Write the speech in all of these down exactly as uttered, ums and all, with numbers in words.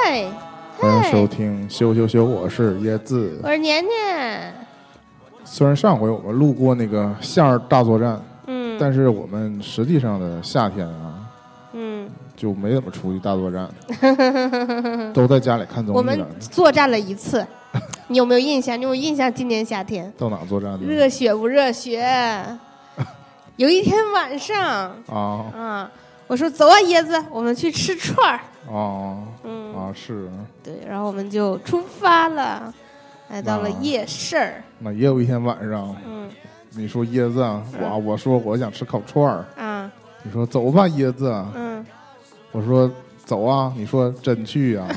嗨， 欢迎收听羞羞羞，我是椰子， 我是年年。 虽然上回我们录过那个相声大作战， 嗯， 但是我们实际上的夏天啊， 嗯， 就没怎么出去大作战，都在家里看综艺了。 我们作战了一次，你有没有印象？你有印象？今年夏天到哪作战呢？ 热血不热血？有一天晚上啊啊，我说走啊，椰子，我们去吃串儿。 啊， 嗯啊是， 对，然后我们就出发了，来到了夜市儿。 那也有一天晚上， 嗯， 你说椰子啊，我我说我想吃烤串儿啊， 你说走吧椰子， 嗯， 我说走啊，你说真去啊。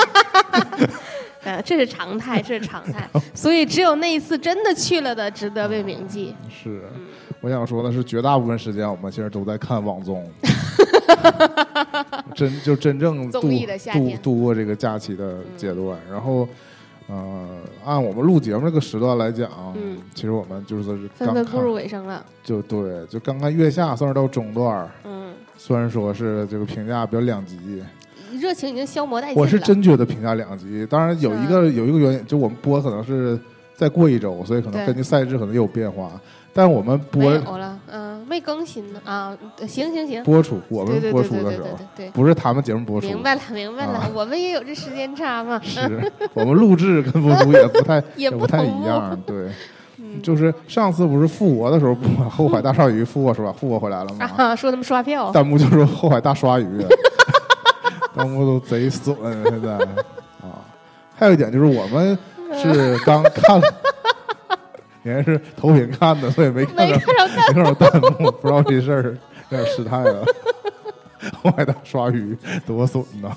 呃，这是常态，这是常态，所以只有那一次真的去了的，值得被铭记。 是，我想说的是，绝大部分时间我们其实都在看网综，真就真正度综艺的夏天度度过这个假期的阶段。嗯、然后，呃，按我们录节目这个时段来讲， 嗯， 其实我们就是纷纷步入尾声了。 就对，就刚刚月下算是到中段， 嗯， 虽然说是这个评价比较两极。 热情已经消磨殆尽了。 我是真觉得评价两极，当然有一个、嗯、有一个原因，就我们播可能是再过一周，所以可能根据赛制可能也有变化。但我们播没有了，嗯、呃，没更新呢啊。行行行， 播出我们播出的时候，不是他们节目播出。 明白了，明白了，啊、我们也有这时间差嘛。 是我们录制跟播出也不太也不太一样，对。嗯、就是上次不是复活的时候播《后海大鲨鱼》复活是吧？复活回来了吗？ 啊，说他们刷票， 弹幕就说后海大鲨鱼。弹幕都贼损，现在啊，还有一点就是我们是刚看了，你还是投屏看的，所以没看着，没看着弹幕，不知道这事儿有点失态了。后海大鲨鱼多损呐！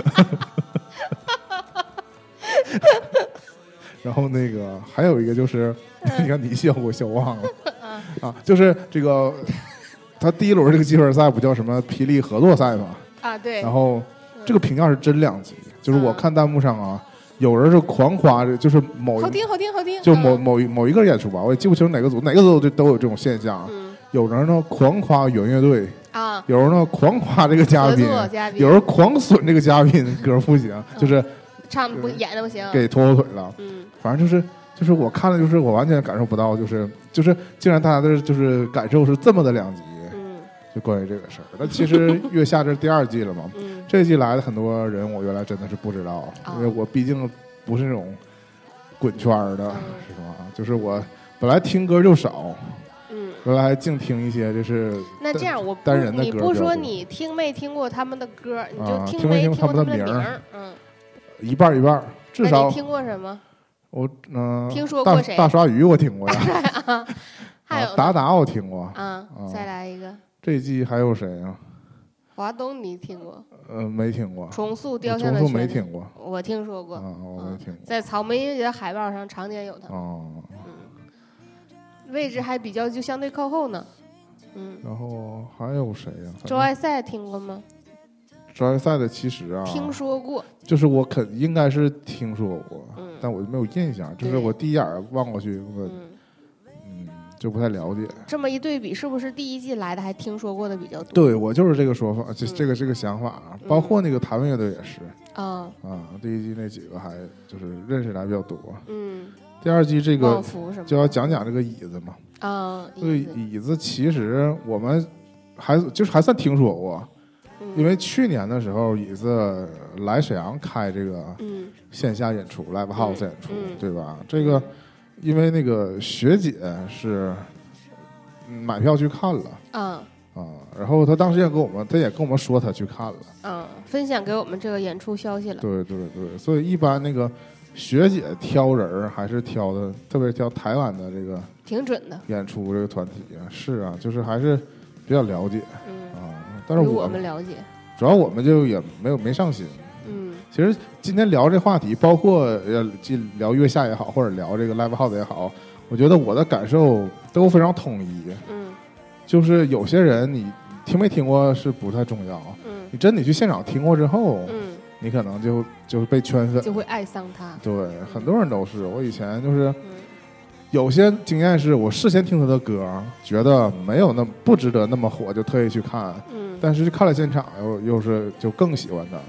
然后那个还有一个就是，你看你笑我笑忘了啊，就是这个他第一轮这个积分赛不叫什么霹雳合作赛吗？ 啊，对， 然后。这个评价是真两极，就是我看弹幕上啊，有人是狂夸，就是某好听好听好听， 就某某某一个演出吧，我也记不清哪个组，哪个组都有这种现象。 嗯、 有人呢狂夸原乐队啊， 有人呢狂夸这个嘉宾， 嘉宾有人狂损这个嘉宾歌不行，嗯、就是唱不演的不行， 给拖后腿了。 嗯， 反正就是就是我看了，就是我完全感受不到，就是就是竟然大家的就是感受是这么的两极。就关于这个事儿，那其实月下这是第二季了嘛， 嗯、 这一季来的很多人我原来真的是不知道， 哦、 因为我毕竟不是那种滚圈的， 嗯、 是吧？就是我本来听歌就少， 嗯， 原来还净听一些就是那这样我单人的歌， 你不说你听没听过他们的歌，你就听没听他们的名儿，嗯， 一半一半，至少你听过什么？ 我嗯、呃， 听说过谁？ 大鲨鱼我听过呀， 啊、还有、 啊、达达我听过啊，再来一个。 这一季还有谁啊？ 华东你听过？ 呃，没听过。 重塑雕像的重塑没听过， 我听说过。 啊，我没听过。 在草莓音乐节海报上常年有它。 哦。 嗯。位置还比较就相对靠后呢。嗯。 然后还有谁呀、啊？ 周爱赛听过吗？ 周爱赛的其实啊， 听说过。 就是我肯应该是听说过， 嗯、 但我就没有印象。就是我第一眼望过去，我。 嗯就不太了解。 这么一对比，是不是第一季来的还听说过的比较多？ 对，我就是这个说法，这、嗯、这个这个想法，包括那个台湾乐队也是。 啊、 嗯、啊，第一季那几个还就是认识的还比较多。 嗯。 第二季这个就要讲讲这个椅子嘛。 啊。 这个椅子其实我们还就是还算听说过， 嗯、 因为去年的时候椅子来沈阳开这个线下演出、 嗯、 ，live house 演出， 嗯、 对吧？这个。因为那个学姐是买票去看了， 嗯啊，然后她当时也跟我们，她也跟我们说她去看了， 嗯，分享给我们这个演出消息了。 对对对，所以一般那个学姐挑人还是挑的，特别是挑台湾的这个挺准的演出这个团体啊，是啊，就是还是比较了解， 嗯啊，但是我, 我们了解， 主要我们就也没有没上心。 嗯， 其实今天聊这话题，包括呃聊月下也好，或者聊这个 live house 也好，我觉得我的感受都非常统一。 嗯， 就是有些人你听没听过是不太重要， 嗯， 你真的去现场听过之后， 嗯， 你可能就就被圈粉， 就会爱上他。 对，很多人都是。我以前就是。嗯有些经验是我事先听他的歌，觉得没有那不值得那么火，就特意去看。 嗯， 但是看了现场又又是就更喜欢他。 嗯，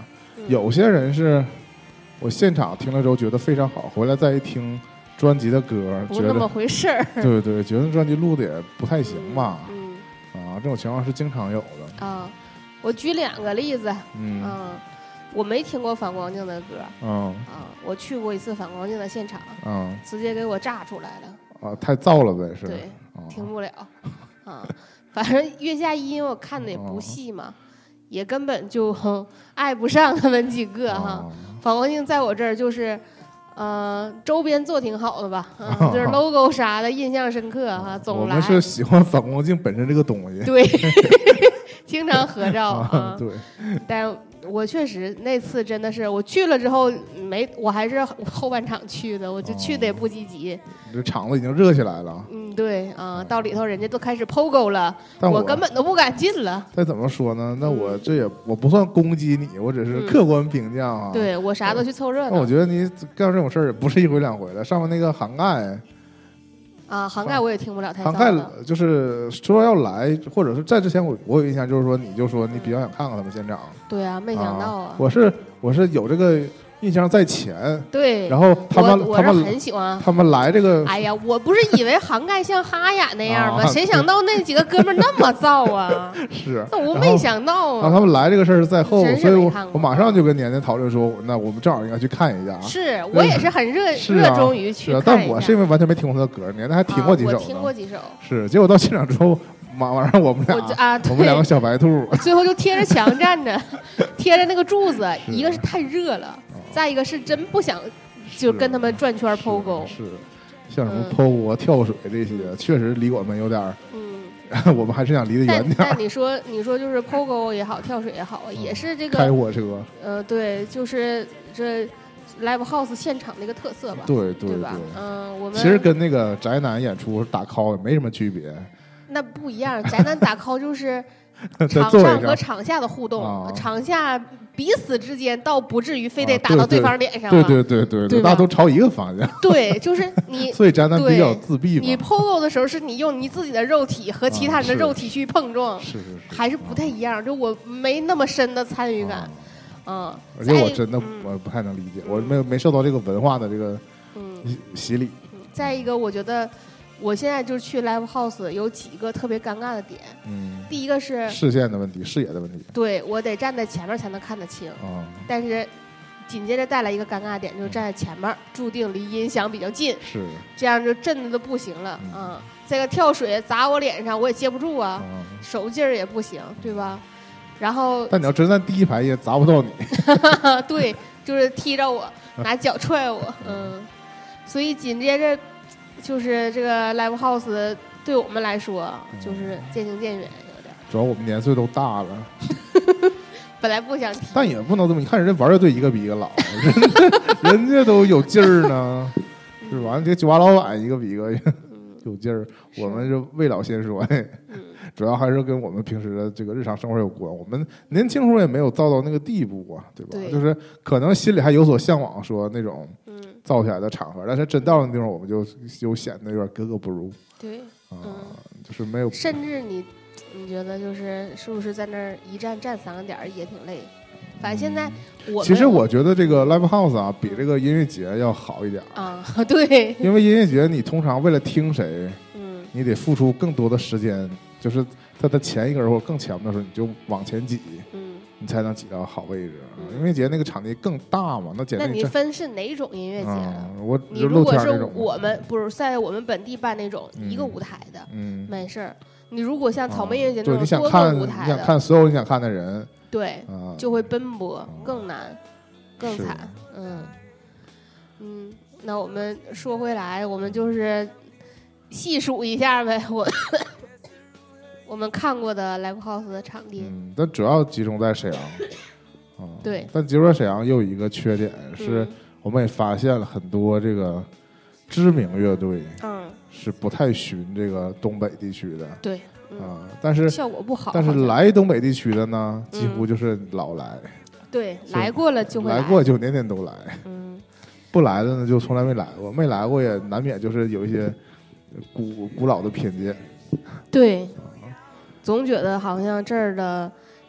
有些人是我现场听了之后觉得非常好，回来再一听专辑的歌， 不那么回事儿。 对对，觉得专辑录的也不太行吧。 嗯， 嗯啊，这种情况是经常有的。 啊，我举两个例子。 嗯， 啊，我没听过反光镜的歌。 嗯啊，我去过一次反光镜的现场。 嗯， 直接给我炸出来了。 啊，太燥了呗，是。 对， 哦、 听不了。啊，反正月下一我看的也不细嘛，哦、也根本就哼爱不上他们几个哈。哦、反光镜在我这儿就是。呃，周边做挺好的吧，嗯、啊，就是 logo 啥的印象深刻哈、啊。总来我们是喜欢反光镜本身这个东西， 对，经常合照啊。 啊对， 但我确实那次真的是我去了之后没，我还是后半场去的，我就去的也不积极。 哦、这场子已经热起来了。 嗯，对啊、呃，到里头人家都开始 P O G O 了， 但 我, 我根本都不敢进了。 再怎么说呢？那我这也我不算攻击你，我只是客观评价啊。 嗯、对我啥都去凑热闹。 那我觉得你干这种事儿也不是一回两回了。上面那个涵盖啊，涵盖我也听不了太。 涵盖就是说要来，或者是在之前我我有印象，就是说你就说你比较想看看他们现场。 对啊，没想到啊。 啊我是我是有这个印象在前。 对。 然后他们我他们很喜欢他们来这个。 哎呀，我不是以为涵盖像哈雅那样吗？啊、谁想到那几个哥们儿那么燥啊！ 是。 那我没想到啊。 然后他们来这个事儿是在后，所以我我马上就跟年年讨论说，那我们正好应该去看一下。 是我也是很热、 啊、 热衷于去看一下。 但我是因为完全没听过他的歌，年年还听过几首、啊。 我听过几首。 是，结果到现场之后，晚上我们俩， 我, 啊、 我们两个小白兔， 最后就贴着墙站着，贴着那个柱子，一个是太热了，再一个是真不想就跟他们转圈 P O G O。 是，像什么 P O G O、跳水这些，确实离我们有点儿。嗯，我们还是想离得远点。 但你说，你说就是 P O G O 也好，跳水也好，嗯、也是这个开火车。 呃，对，就是这 Live House 现场的一个特色吧。 对对对吧？嗯、呃，我们其实跟那个宅男演出打 call 也没什么区别。 那不一样，宅男打 call 就是场上和场下的互动，啊、场下彼此之间倒不至于非得打到对方脸上、啊。 对对对对 对, 对，大家都朝一个方向。 对，就是你。 所以宅男比较自闭嘛。 你 P O G O 的时候是你用你自己的肉体和其他人的肉体去碰撞， 啊、是, 是, 是是， 还是不太一样。就我没那么深的参与感，嗯。 啊、而且我真的我不太能理解，嗯、我没有没受到这个文化的这个洗礼。 嗯、再一个，我觉得。我现在就去 Live House 有几个特别尴尬的点， 嗯， 第一个是视线的问题，视野的问题， 对我得站在前面才能看得清， 哦、 但是紧接着带来一个尴尬的点，就是站在前面，注定离音响比较近， 是， 这样就震的都不行了，嗯，嗯这个跳水砸我脸上我也接不住啊，嗯、手劲儿也不行，对吧？然后， 但你要真在第一排也砸不到你， 对，就是踢着我，拿脚踹我，嗯，所以紧接着。就是这个 Live House 对我们来说就是渐行渐远，有点。 主要我们年岁都大了， 本来不想提， 但也不能这么。你看人家玩乐队一个比一个老，人家人家都有劲儿呢，是吧？这酒吧老板一个比一个有劲儿，我们就未老先衰。嗯、主要还是跟我们平时的这个日常生活有关。我们年轻时候也没有造到那个地步啊，对吧？ 对， 就是可能心里还有所向往，说那种。造起来的场合，但是真到了那地方，我们就就显得有点格格不入。 对， 啊、 嗯， 就是没有。 甚至你，你觉得就是是不是在那儿一站站三个点也挺累？反正现在我、 嗯、其实我觉得这个 Live House 啊，比这个音乐节要好一点啊。对， 因为音乐节你通常为了听谁， 嗯， 你得付出更多的时间，就是在他前一个人或更前面的时候，你就往前挤。嗯。你才能挤到好位置。音乐节那个场地更大嘛，那简直。 那你分是哪种音乐节了？ 嗯、我你如果是我们不是在我们本地办那种一个舞台的， 嗯， 没事儿。你如果像草莓音乐节那种多个舞台的， 你想看所有你想看的人， 对， 嗯、 就会奔波，更难，更惨。嗯嗯，那我们说回来，我们就是细数一下呗，我。我们看过的 Live House 的场地， 嗯，但主要集中在沈阳，啊， 对。 但集中在沈阳又有一个缺点是，我们也发现了很多这个知名乐队，嗯，是不太巡这个东北地区的， 对， 嗯、啊，但是效果不好。 但是来东北地区的呢，几乎就是老来， 嗯、对，来过了就会来，来过就年年都来， 嗯， 不来的呢就从来没来过，没来过也难免就是有一些古古老的偏见， 对。总觉得好像这儿的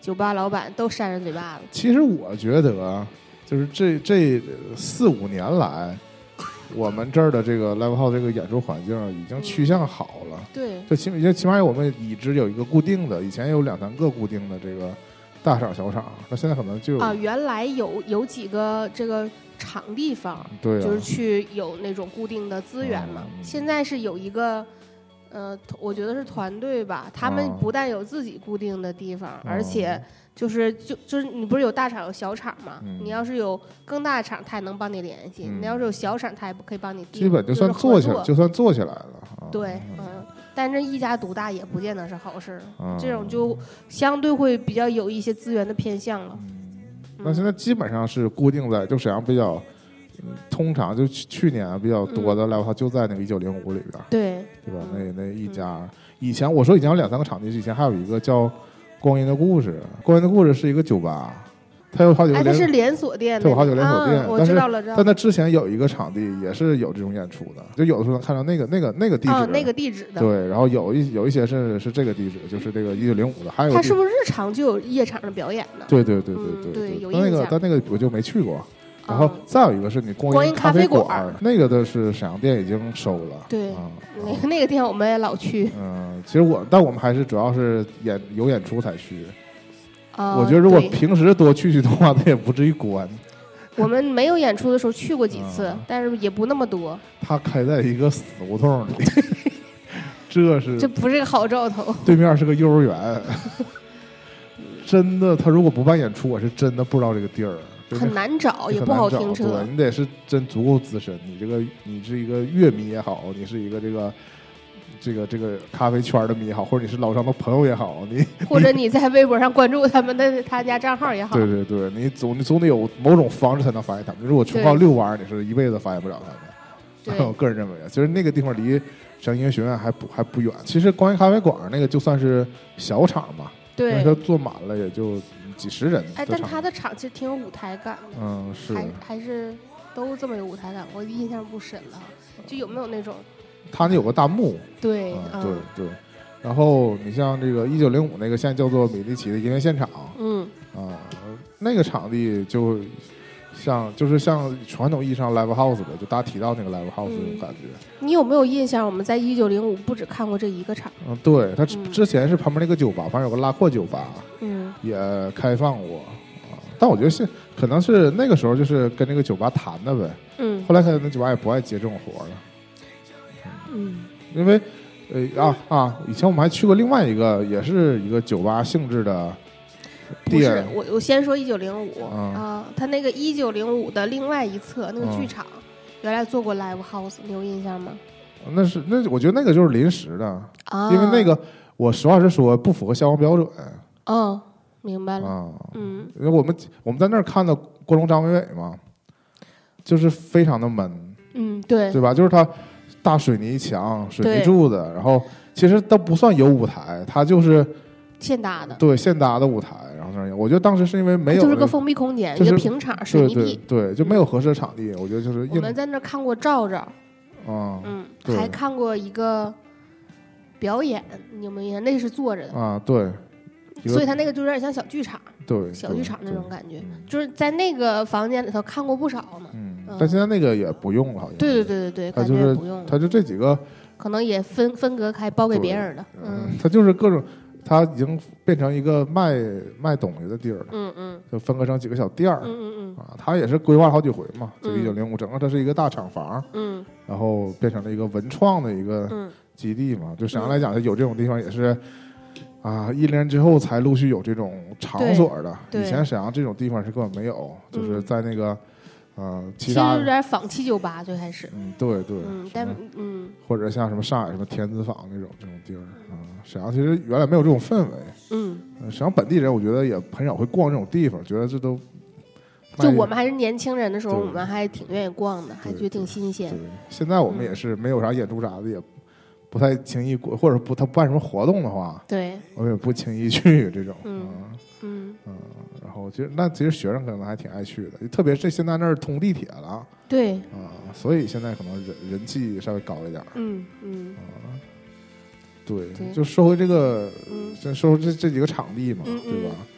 酒吧老板都扇人嘴巴子。 其实我觉得，就是这这四五年来，我们这儿的这个 live house 这个演出环境已经趋向好了。 嗯、对， 就起码起码我们已知有一个固定的，以前有两三个固定的这个大场小场，那现在可能就啊，原来有有几个这个场地方， 对、啊， 就是去有那种固定的资源嘛。 嗯、 现在是有一个。呃，我觉得是团队吧，他们不但有自己固定的地方，哦、而且就是就就是你不是有大场有小场嘛？嗯、你要是有更大的场，他也能帮你联系；嗯、你要是有小场，他也不可以帮你定。 基本就算做起来，就算做起来了。啊、 对，嗯，但这一家独大也不见得是好事。嗯、这种就相对会比较有一些资源的偏向了。 嗯，那现在基本上是固定在，就沈阳比较。通常就去年比较多的 live house 就在那个一九零五里边， 对对吧？那那一家，嗯、以前我说以前有两三个场地，以前还有一个叫光阴的故事，光阴的故事是一个酒吧，它有好几个连， 它是连锁店， 它有好几个连锁店， 啊、我知道了，知道了。 但它之前有一个场地也是有这种演出的，就有的时候能看到那个那个那个地址， 啊、那个地址的， 对，然后有一有一些是是这个地址，就是这个一九零五的，还有它是不是日常就有夜场的表演呢？ 对对对对对、嗯、 对， 有印象。那个但那个我就没去过。然后再有一个是你光阴咖啡馆，那个的是沈阳店已经收了。 对，啊、那个那个店我们也老去。 嗯，其实我，但我们还是主要是演有演出才去。 啊、 我觉得如果平时多去去的话，它也不至于关。 我们没有演出的时候去过几次，嗯、但是也不那么多。 它开在一个死胡同里，这是这不是个好兆头。 对面是个幼儿园，真的，他如果不办演出，我是真的不知道这个地儿。 很难找，也不好停车。 对，你得是真足够资深，你这个你是一个乐迷也好，你是一个这个这个这个咖啡圈的迷也好，或者你是老张的朋友也好，你或者你在微博上关注他们的他家账号也好。 对对对，你总你总得有某种方式才能发现他们。如果纯靠遛弯，你是一辈子发现不了他们。我个人认为啊，其实那个地方离沈阳音乐学院还不还不远。其实光阴咖啡馆那个就算是小场嘛， 对， 因为它坐满了也就。几十人， 哎，但他的场其实挺有舞台感的， 嗯，是， 还还是都这么有舞台感，我印象不深了。就有没有那种？ 他那有个大幕， 对， 嗯嗯、 对对。然后你像这个一九零五那个，现在叫做米利奇的音乐现场， 嗯， 啊、呃，那个场地就像就是像传统意义上 live house 的，就大家提到那个 live house 那种感觉。 嗯、你有没有印象？我们在一九零五不只看过这一个场， 嗯，对，他之前是旁边那个酒吧，旁边有个拉阔酒吧， 嗯。 也开放过啊，但我觉得是可能是那个时候就是跟那个酒吧谈的呗， 嗯， 后来可能那酒吧也不爱接这种活了， 嗯， 因为呃啊啊，以前我们还去过另外一个也是一个酒吧性质的店， 不是我我先说一九零五啊，他那个一九零五的另外一侧那个剧场、嗯、原来做过 live house， 你有印象吗？ 那是那我觉得那个就是临时的啊， 因为那个我实话实说不符合消防标准。 哦，明白了。 啊， 嗯， 因为我们我们在那儿看的郭龙张伟伟嘛，就是非常的闷。 嗯，对， 对吧？就是他大水泥墙、水泥柱子，然后其实都不算有舞台，它就是现搭的。对， 现搭的舞台。然后这样，我觉得当时是因为没有， 就是个封闭空间， 就是、 一个平场水泥地， 对对，对，就没有合适的场地。我觉得就是我们在那儿看过赵赵， 啊， 嗯，还看过一个表演，你有没有印象？那是坐着的啊，对。 所以他那个就有点像小剧场， 对， 小剧场那种感觉，就是在那个房间里头看过不少呢。 嗯，嗯但现在那个也不用了，好像。 对对对对对， 他就是不用了， 他就这几个， 可能也分分隔开，包给别人的。嗯， 他就是各种，他已经变成一个卖卖东西的地儿了。 嗯嗯， 就分割成几个小店儿。 嗯嗯嗯， 啊，他也是规划了好几回嘛。这个一九零五整个它是一个大厂房。 嗯， 然后变成了一个文创的一个基地嘛。就沈阳来讲，有这种地方也是。啊，一年之后才陆续有这种场所的。以前沈阳这种地方是根本没有，就是在那个，呃，其他其实有点仿七九八最开始。 嗯，对对。 嗯，但嗯， 或者像什么上海什么天子坊那种这种地儿啊，沈阳其实原来没有这种氛围。 嗯， 沈阳本地人我觉得也很少会逛这种地方，觉得这都。 就我们还是年轻人的时候，我们还挺愿意逛的，还觉得挺新鲜。 对，现在我们也是没有啥演出啥的也。不太轻易过，或者不他不办什么活动的话， 对， 我也不轻易去这种。 嗯嗯嗯，然后其实那其实学生可能还挺爱去的，特别是现在那儿通地铁了， 对啊，所以现在可能人人气稍微高一点。 嗯嗯啊，对，就说回这个，先说这这几个场地嘛， 嗯、 对吧？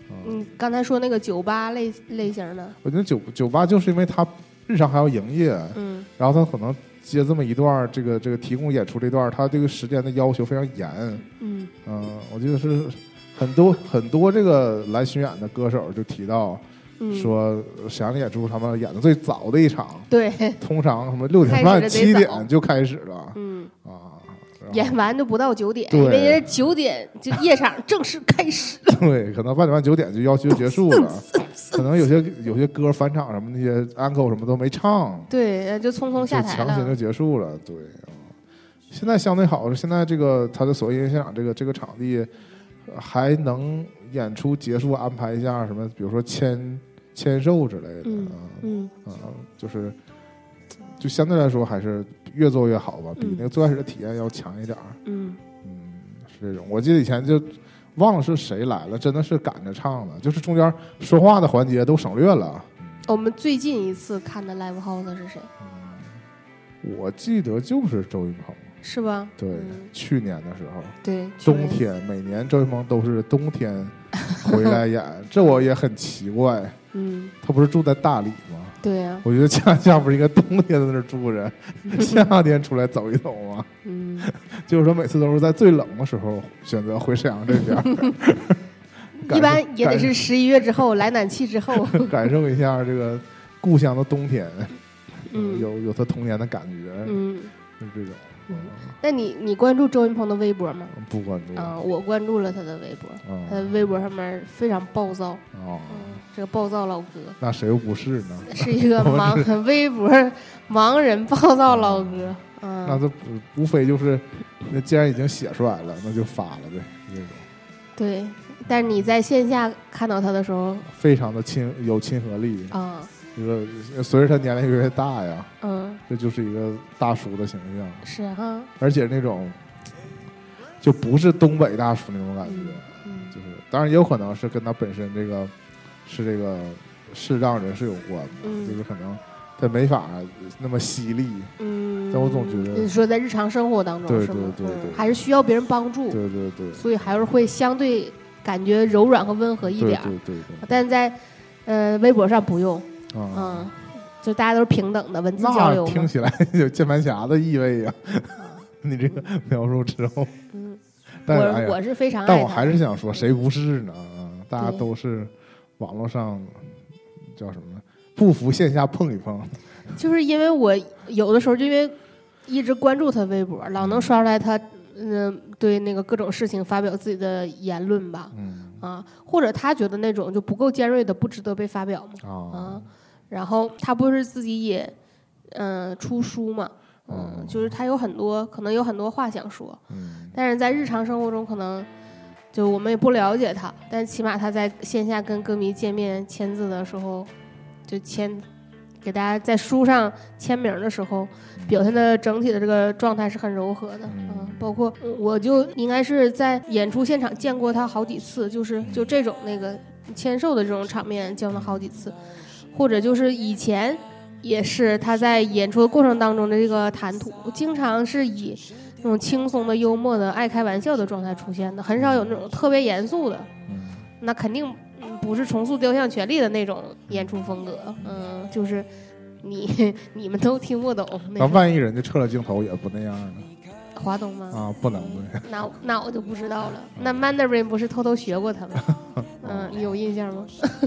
嗯，刚才说那个酒吧类类型的， 我觉得酒酒吧就是因为他日常还要营业， 嗯， 然后他可能接这么一段这个这个提供演出这段，他这个时间的要求非常严， 嗯嗯、呃，我记得是很多很多这个来巡演的歌手就提到。 嗯、 说沈阳的演出他们演的最早的一场， 对， 通常什么六点半七点就开始了， 嗯啊， 演完就不到九点，因为九点就夜场正式开始， 对，可能八点半九点就要求结束了，可能有些有些歌返场什么那些 encore 什么都没唱， 对，就匆匆下台了， 强行就结束了，对，现在相对好，现在这个他的所谓音乐现场这个这个场地还能演出结束安排一下什么，比如说签。签售之类的， 嗯嗯啊，就是就相对来说还是越做越好吧，比那个最开始的体验要强一点。 嗯嗯，是这种。我记得以前就忘了是谁来了，真的是赶着唱的，就是中间说话的环节都省略了。 我们最近一次看的 live house 是谁？ 嗯，我记得就是周云鹏。 是吧？ 对、 嗯， 去年的时候， 对， 冬天，每年周云鹏都是冬天回来演，这我也很奇怪。 嗯， 他不是住在大理吗？ 对呀、啊， 我觉得恰恰不是应该冬天在那儿住着，夏天出来走一走吗？ 嗯， 就是说每次都是在最冷的时候选择回沈阳这边， 一般也得是十一月之后来暖气之后， 感受一下这个故乡的冬天， 嗯， 有有他童年的感觉， 嗯， 就是这种。 嗯，那你你关注周云鹏的微博吗？ 不关注啊、嗯，我关注了他的微博， 嗯、 他的微博上面非常暴躁。 哦， 嗯，这个暴躁老哥， 那谁又不是呢？ 是一个盲微博盲人暴躁老哥。嗯， 那这无非就是，那既然已经写出来了，那就发了呗，这种。 对，但是你在线下看到他的时候， 非常的亲有亲和力啊。 一个随着他年龄越来越大呀， 嗯， 这就是一个大叔的形象， 是哈， 而且那种就不是东北大叔那种感觉， 嗯， 就是当然也有可能是跟他本身这个是这个视障人士有关， 嗯， 就是可能他没法那么犀利， 嗯， 但我总觉得你说在日常生活当中对是吗？ 对对对， 嗯，还是需要别人帮助， 对对对， 所以还是会相对感觉柔软和温和一点， 对对对对， 但在呃微博上不用。 嗯, 嗯，就大家都是平等的文字交流， 听起来有键盘侠的意味呀、啊。你这个描述之后， 嗯， 但是我、 哎、 我是非常爱， 但我还是想说，谁不是呢？大家都是网络上叫什么呢？不服线下碰一碰。 就是因为我有的时候就因为一直关注他微博，老能刷出来他嗯、呃、对那个各种事情发表自己的言论吧。 嗯。 啊，或者他觉得那种就不够尖锐的不值得被发表嘛， 哦、 啊，然后他不是自己也，嗯、呃，出书嘛，嗯、呃，就是他有很多可能有很多话想说， 嗯， 但是在日常生活中可能就我们也不了解他，但起码他在线下跟歌迷见面签字的时候，就签给大家在书上签名的时候，表现的整体的这个状态是很柔和的，嗯、呃，包括我就应该是在演出现场见过他好几次，就是就这种那个签售的这种场面见了好几次，或者就是以前也是他在演出的过程当中的这个谈吐，经常是以那种轻松的、幽默的、爱开玩笑的状态出现的，很少有那种特别严肃的，那肯定不是重塑雕像权利的那种演出风格，嗯，就是你你们都听不懂。 那万一人家撤了镜头也不那样呢？ 华东吗？ 啊，不能对。 那那我就不知道了。那 Mandarin 不是偷偷学过他吗？嗯，你有印象吗？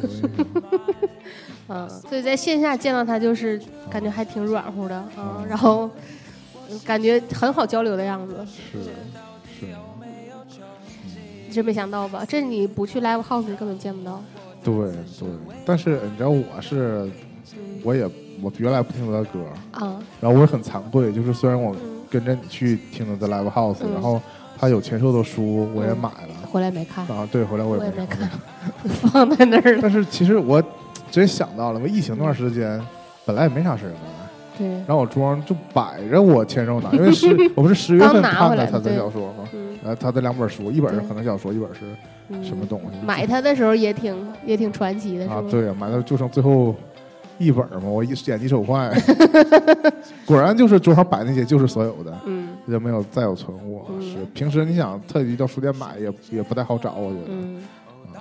嗯，所以在线下见到他就是感觉还挺软乎的啊、嗯，然后感觉很好交流的样子。 是是。 真没想到吧？这你不去 live house 你根本见不到。 对对，但是你知道我是，我也我原来不听他的歌啊， 然后我也很惭愧，就是虽然我跟着你去听他的 live house，、嗯、然后他有签售的书我也买了， 嗯、回来没看啊，对，回来我也没, 没看，放在那儿了。 但是其实我真想到了，我疫情那段时间、嗯、本来也没啥事儿干。 对， 然后我桌上就摆着我签售呢，因为十我不是十月份看的他的小说吗？ 嗯， 呃，他的两本书，一本是可能小说，一本是什么东西？ 嗯、买他的时候也挺也挺传奇的，是啊，对，买到就剩最后一本嘛，我眼疾手快，果然就是桌上摆那些就是所有的， 嗯， 也没有再有存货。 嗯、 是平时你想特地到书店买也也不太好找，我觉得。 嗯， 啊，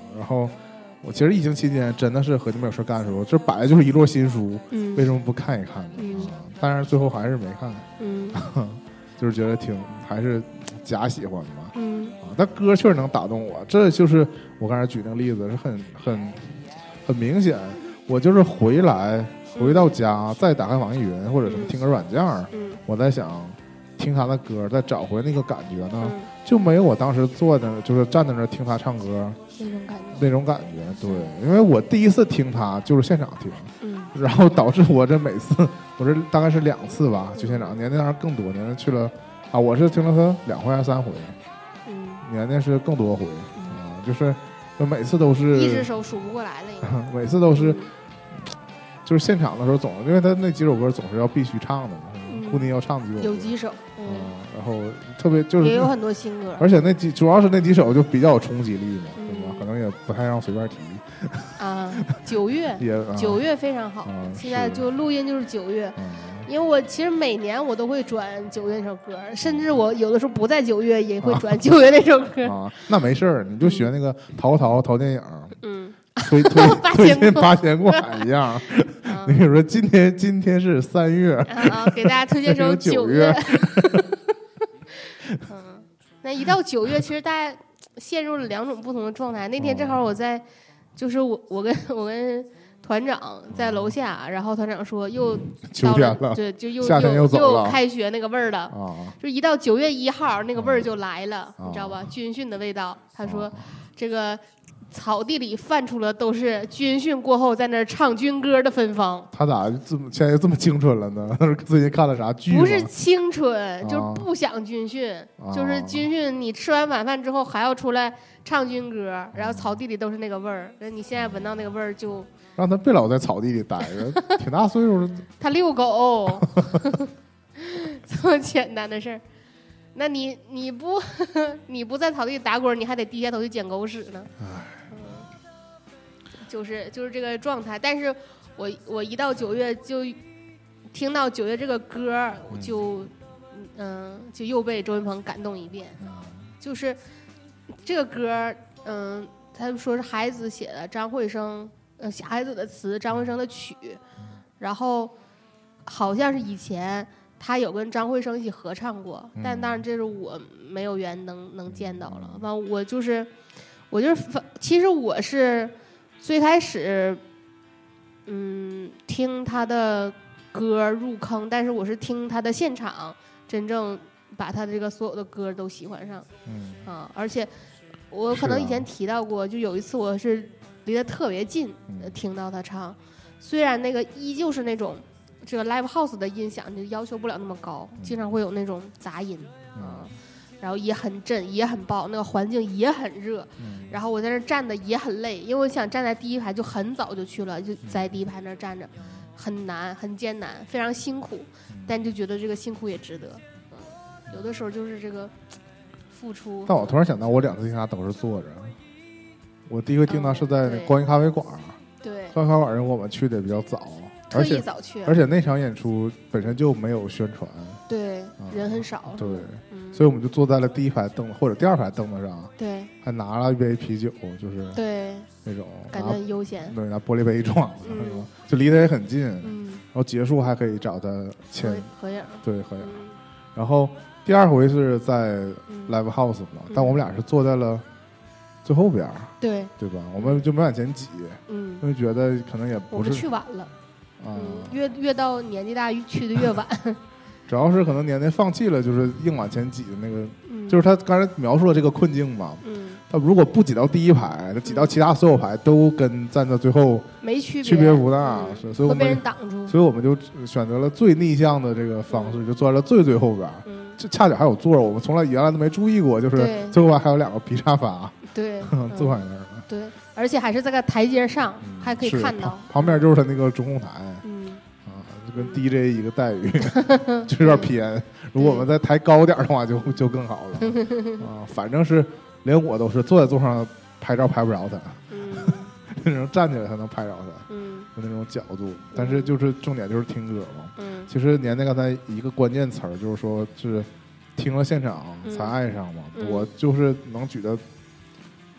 然后我其实疫情期间真的是和你们有事干的时候，这摆的就是一摞新书， 嗯， 为什么不看一看呢？ 嗯， 啊，但是最后还是没看， 嗯， 就是觉得挺还是假喜欢嘛， 嗯， 啊，但歌确实能打动我，这就是我刚才举那个例子是很很很明显，我就是回来回到家再打开网易云或者什么听歌软件， 嗯， 我在想听他的歌，再找回那个感觉呢， 嗯， 就没有我当时坐在就是站在那听他唱歌那种感觉， 那种感觉。对，因为我第一次听他就是现场听， 嗯， 然后导致我这每次我这大概是两次吧，去现场，年年当然更多，年年去了啊，我是听了他两回还是三回， 嗯， 年年是更多回啊，就是每次都是一只手数不过来了，应该每次都是。就是现场的时候总，因为他那几首歌总是要必须唱的嘛，固定要唱几首歌， 有几首，嗯， 然后特别就是也有很多新歌， 而且那几主要是那几首就比较有冲击力嘛，对吧？可能也不太让随便提啊。九月也九月非常好，现在就录音就是九月，因为我其实每年我都会转九月那首歌，甚至我有的时候不在九月也会转九月那首歌啊。那没事儿，你就学那个淘淘淘电影， 嗯。 推推推荐八仙过海一样，你比如说今天今天是三月， 啊，给大家推荐首九月。嗯，那一到九月，其实大家陷入了两种不同的状态。那天正好我在，就是我我跟我跟团长在楼下，然后团长说又秋天了， 对，就又夏天又走了， 又开学那个味儿了啊， 就一到九月一号那个味儿就来了，你知道吧？军训的味道。他说这个。草地里泛出了都是军训过后在那儿唱军歌的芬芳。 他咋这么现在这么青春了呢？最近看了啥剧？ 不是青春，就是不想军训，啊、就是军训你吃完晚饭之后还要出来唱军歌，然后草地里都是那个味儿。那你现在闻到那个味儿就让他别老在草地里待着，挺大岁数了。 他遛狗，这么简单的事儿。那你你不你不在草地里打滚，你还得低下头去捡狗屎呢。嗯，就是就是这个状态。但是我我一到九月就听到九月这个歌，就嗯、呃、就又被周云鹏感动一遍。就是这个歌，嗯、呃，他们说是孩子写的，张惠生呃孩子的词，张惠生的曲，然后好像是以前。他有跟张惠生一起合唱过，但当然这是我没有缘能能见到了。完，我就是，我就是，其实我是最开始，嗯，听他的歌入坑，但是我是听他的现场，真正把他这个所有的歌都喜欢上。 嗯啊，而且我可能以前提到过，就有一次我是离得特别近，听到他唱，虽然那个依旧是那种。这个 live house 的音响就要求不了那么高，经常会有那种杂音啊、嗯，然后也很震，也很爆，那个环境也很热， 嗯、 然后我在那站的也很累，因为我想站在第一排，就很早就去了，就在第一排那站着，很难，很艰难，非常辛苦，但就觉得这个辛苦也值得。嗯，有的时候就是这个付出。 但我突然想到，我两次听他都是坐着，我第一回听他是在那光阴咖啡馆， 对， 光阴咖啡馆我们去的比较早。 特意早去， 而且那场演出本身就没有宣传， 对，啊、人很少， 对、 嗯， 所以我们就坐在了第一排凳子或者第二排凳子上， 对， 还拿了一杯啤酒，就是对那种感觉很悠闲， 对，拿玻璃杯装的， 嗯、 就离得也很近， 嗯， 然后结束还可以找他签合影， 对，合影、 嗯。 然后第二回是在 Live House 嘛， 嗯、 但我们俩是坐在了最后边， 对， 对吧？我们就没往前挤， 嗯， 因为觉得可能也不是我们去晚了。 嗯， 越越到年纪大去的越晚， 主要是可能年年放弃了，就是硬往前挤的那个， 嗯、 就是他刚才描述了这个困境嘛。 嗯， 他如果不挤到第一排，他挤到其他所有排都跟站在最后没区别， 区别不大， 嗯、 是，所以我们被人挡住， 所以我们就选择了最逆向的这个方式，嗯、就坐在了最最后边。 嗯， 这恰巧还有座，我们从来原来都没注意过，就是最后边还有两个皮沙发， 对， 坐在那儿。 对，而且还是在个台阶上， 嗯、 还可以看到旁边就是他那个中控台。 嗯。 跟 D J 一个待遇，就有点偏。如果我们再抬高点的话就，就就更好了啊。反正是连我都是坐在座上拍照拍不着他， 嗯、 那种站起来才能拍着他， 嗯， 就那种角度。但是就是重点就是听歌嘛。 嗯， 其实年年刚才一个关键词儿就是说是听了现场才爱上嘛。 嗯、 我就是能举的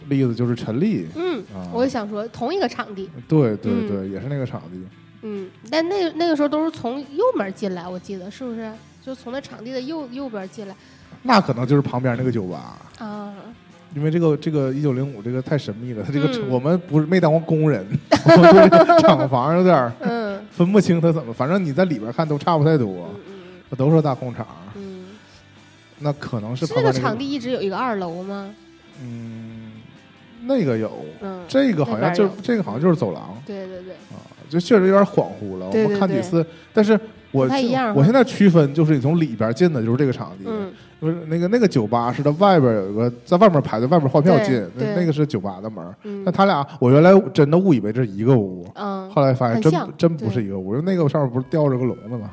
例子就是陈粒， 嗯， 啊、 我也想说同一个场地， 对对对， 嗯、 也是那个场地。 嗯，但那那个时候都是从右门进来，我记得是不是？就从那场地的右右边进来。 那可能就是旁边那个酒吧啊。 因为这个这个一九零五这个太神秘了，它这个、 嗯、 我们不是没当过工人，我们对这个厂房有点嗯分不清它怎么，反正你在里边看都差不太多， 嗯嗯，都是大空场， 嗯， 那可能是这个场地一直有一个二楼吗？ 嗯，那个有， 嗯， 这个好像就这个好像就是走廊， 对对对， 啊，就确实有点恍惚了， 对对对， 我们看几次，但是我不太一样， 我现在区分就是你从里边进的就是这个场地。 嗯， 就是那个那个酒吧是在外边有一个，在外面排队，外边换票进，那那个是酒吧的门。 嗯， 那他俩，我原来真的误以为这是一个屋， 嗯， 后来发现真真不是一个屋，因为那个上面不是吊着个笼子吗？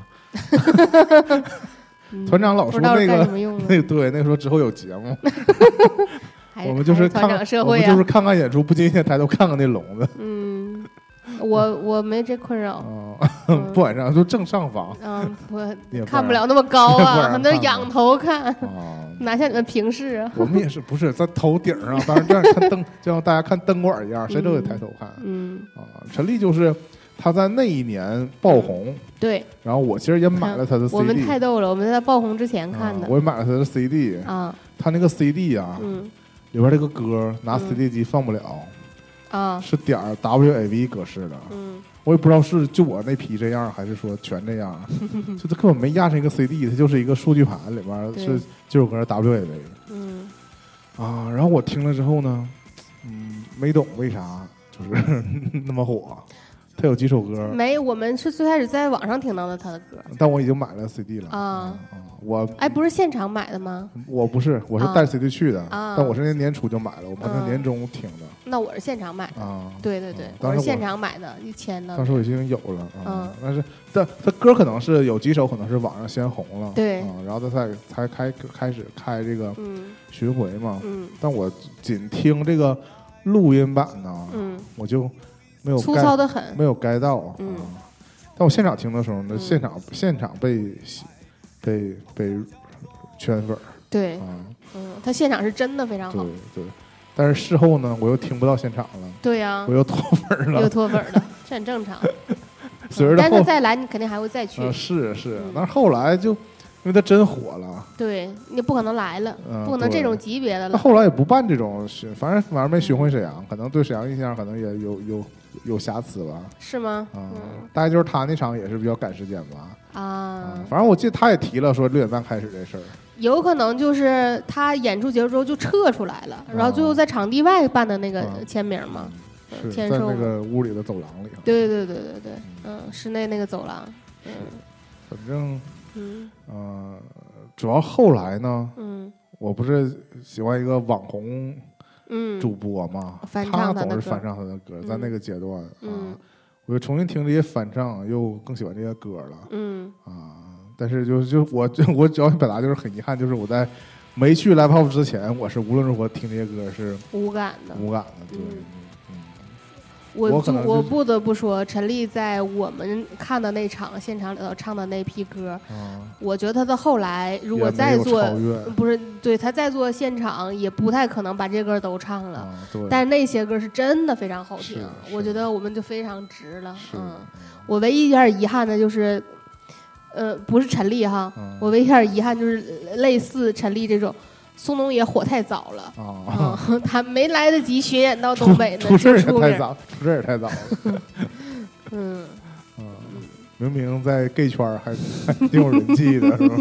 团长老说那个，那对那个说之后有节目，我们就是看，我们就是看看演出，不经意间抬头看看那笼子。 嗯。我我没这困扰， 哦嗯、不晚上就正上方， 嗯，我看不了那么高啊，很多仰头看， 哦、 哪像你们平视啊？ 我们也是，不是在头顶上，当然这样看灯，就像大家看灯管一样，谁都得抬头看。 嗯啊，陈粒就是他在那一年爆红， 嗯、对， 然后我其实也买了他的 C D， 我们太逗了，我们在爆红之前看的， 啊、我也买了他的 C D 啊， 他那个 C D 啊， 嗯， 里边这个歌拿 C D 机放不了。 啊， 是点 W A V 格式的， 嗯， 我也不知道是就我那批这样，还是说全这样，就它根本没压成一个 C D， 它就是一个数据盘，里边是这首歌 W A V， 嗯， 啊，然后我听了之后呢，嗯，没懂为啥就是那么火。他有几首歌没？我们是最开始在网上听到的他的歌， 但我已经买了 C D 了啊啊！我哎，不是现场买的吗？ 我不是，我是带 C D 去的， 啊、 但我是那年初就买了，我们是年中听的。 那我是现场买的啊！ 对对对， 我是现场买的，一千的。 当时我已经有了啊，但是但他歌可能是有几首可能是网上先红了， 对啊，然后他才才开开始开这个巡回嘛。 嗯， 但我仅听这个录音版呢， 嗯， 我就。没有粗糙的很， 没有该到。 嗯， 但我现场听的时候呢，嗯、现场现场被被被圈粉。 对， 啊， 嗯，他现场是真的非常好。 对对，但是事后呢，我又听不到现场了。 对呀、啊， 我又脱粉了， 又脱粉了，这很正常。 随着但是再来，你肯定还会再去。 呃、是是，嗯、但是后来就。因为他真火了， 对你不可能来了， 嗯、 不可能这种级别的了。 他后来也不办这种巡，反正反正没巡回沈阳，可能对沈阳印象可能也有有有瑕疵吧？ 是吗？ 嗯，嗯大概就是他那场也是比较赶时间吧。 啊、 嗯，反正我记得他也提了说六点半开始这事儿。 有可能就是他演出结束之后就撤出来了，然后最后在场地外办的那个签名嘛， 嗯、是签在那个屋里的走廊里。 对对对对对，嗯，室内那个走廊。嗯， 反正嗯呃。主要后来呢， 嗯， 我不是喜欢一个网红嗯主播嘛， 翻唱他总是翻唱他的歌， 嗯、 在那个阶段、 嗯、 啊，我又重新听这些翻唱，又更喜欢这些歌了， 嗯啊，但是就就我我主要表达就是很遗憾，就是我在没去 Live House 之前，我是无论如何听这些歌是无感的， 无感的，对。 嗯嗯我我我不得不说，陈粒在我们看的那场现场里头唱的那批歌， 啊、 我觉得他的后来如果再做，不是对他再做现场，也不太可能把这歌都唱了。 啊、对， 但是那些歌是真的非常好听，我觉得我们就非常值了。 嗯， 我唯一有点遗憾的就是，呃，不是陈粒哈， 嗯、 我唯一有点遗憾就是类似陈粒这种。宋冬野火太早了啊、 嗯，他没来得及巡演到东北呢， 出事也太早，出事也太早了。 嗯嗯，明明在 gay 圈还还挺有人气的，是吧？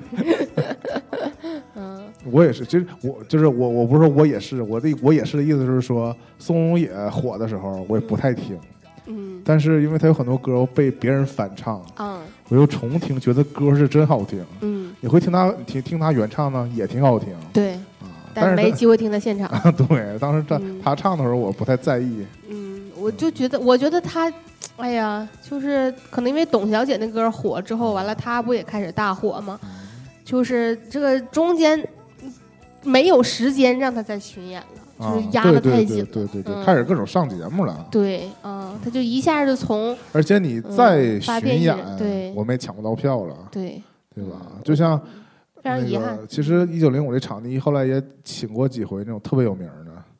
嗯， 我也是，其实我就是我，我不是说我也是，我的我也是的意思就是说，宋冬野火的时候，我也不太听。 嗯， 但是因为他有很多歌被别人翻唱， 嗯， 我又重听，觉得歌是真好听。 嗯， 你会听他听听他原唱呢，也挺好听。 对， 啊， 但是没机会听他现场。 对，当时他、嗯、他唱的时候，我不太在意。 嗯，我就觉得，我觉得他，哎呀，就是可能因为董小姐那歌火之后，完了他不也开始大火吗？ 嗯、 就是这个中间没有时间让他再巡演了。就是压得太紧了， 啊、对对对对对、嗯，开始各种上节目了。 对，啊、嗯，他就一下就从， 而且你再巡演， 嗯、对， 我们也抢不到票了， 对， 对吧？就像、 非常遗憾。 其实一九零五这场地后来也请过几回那种特别有名的，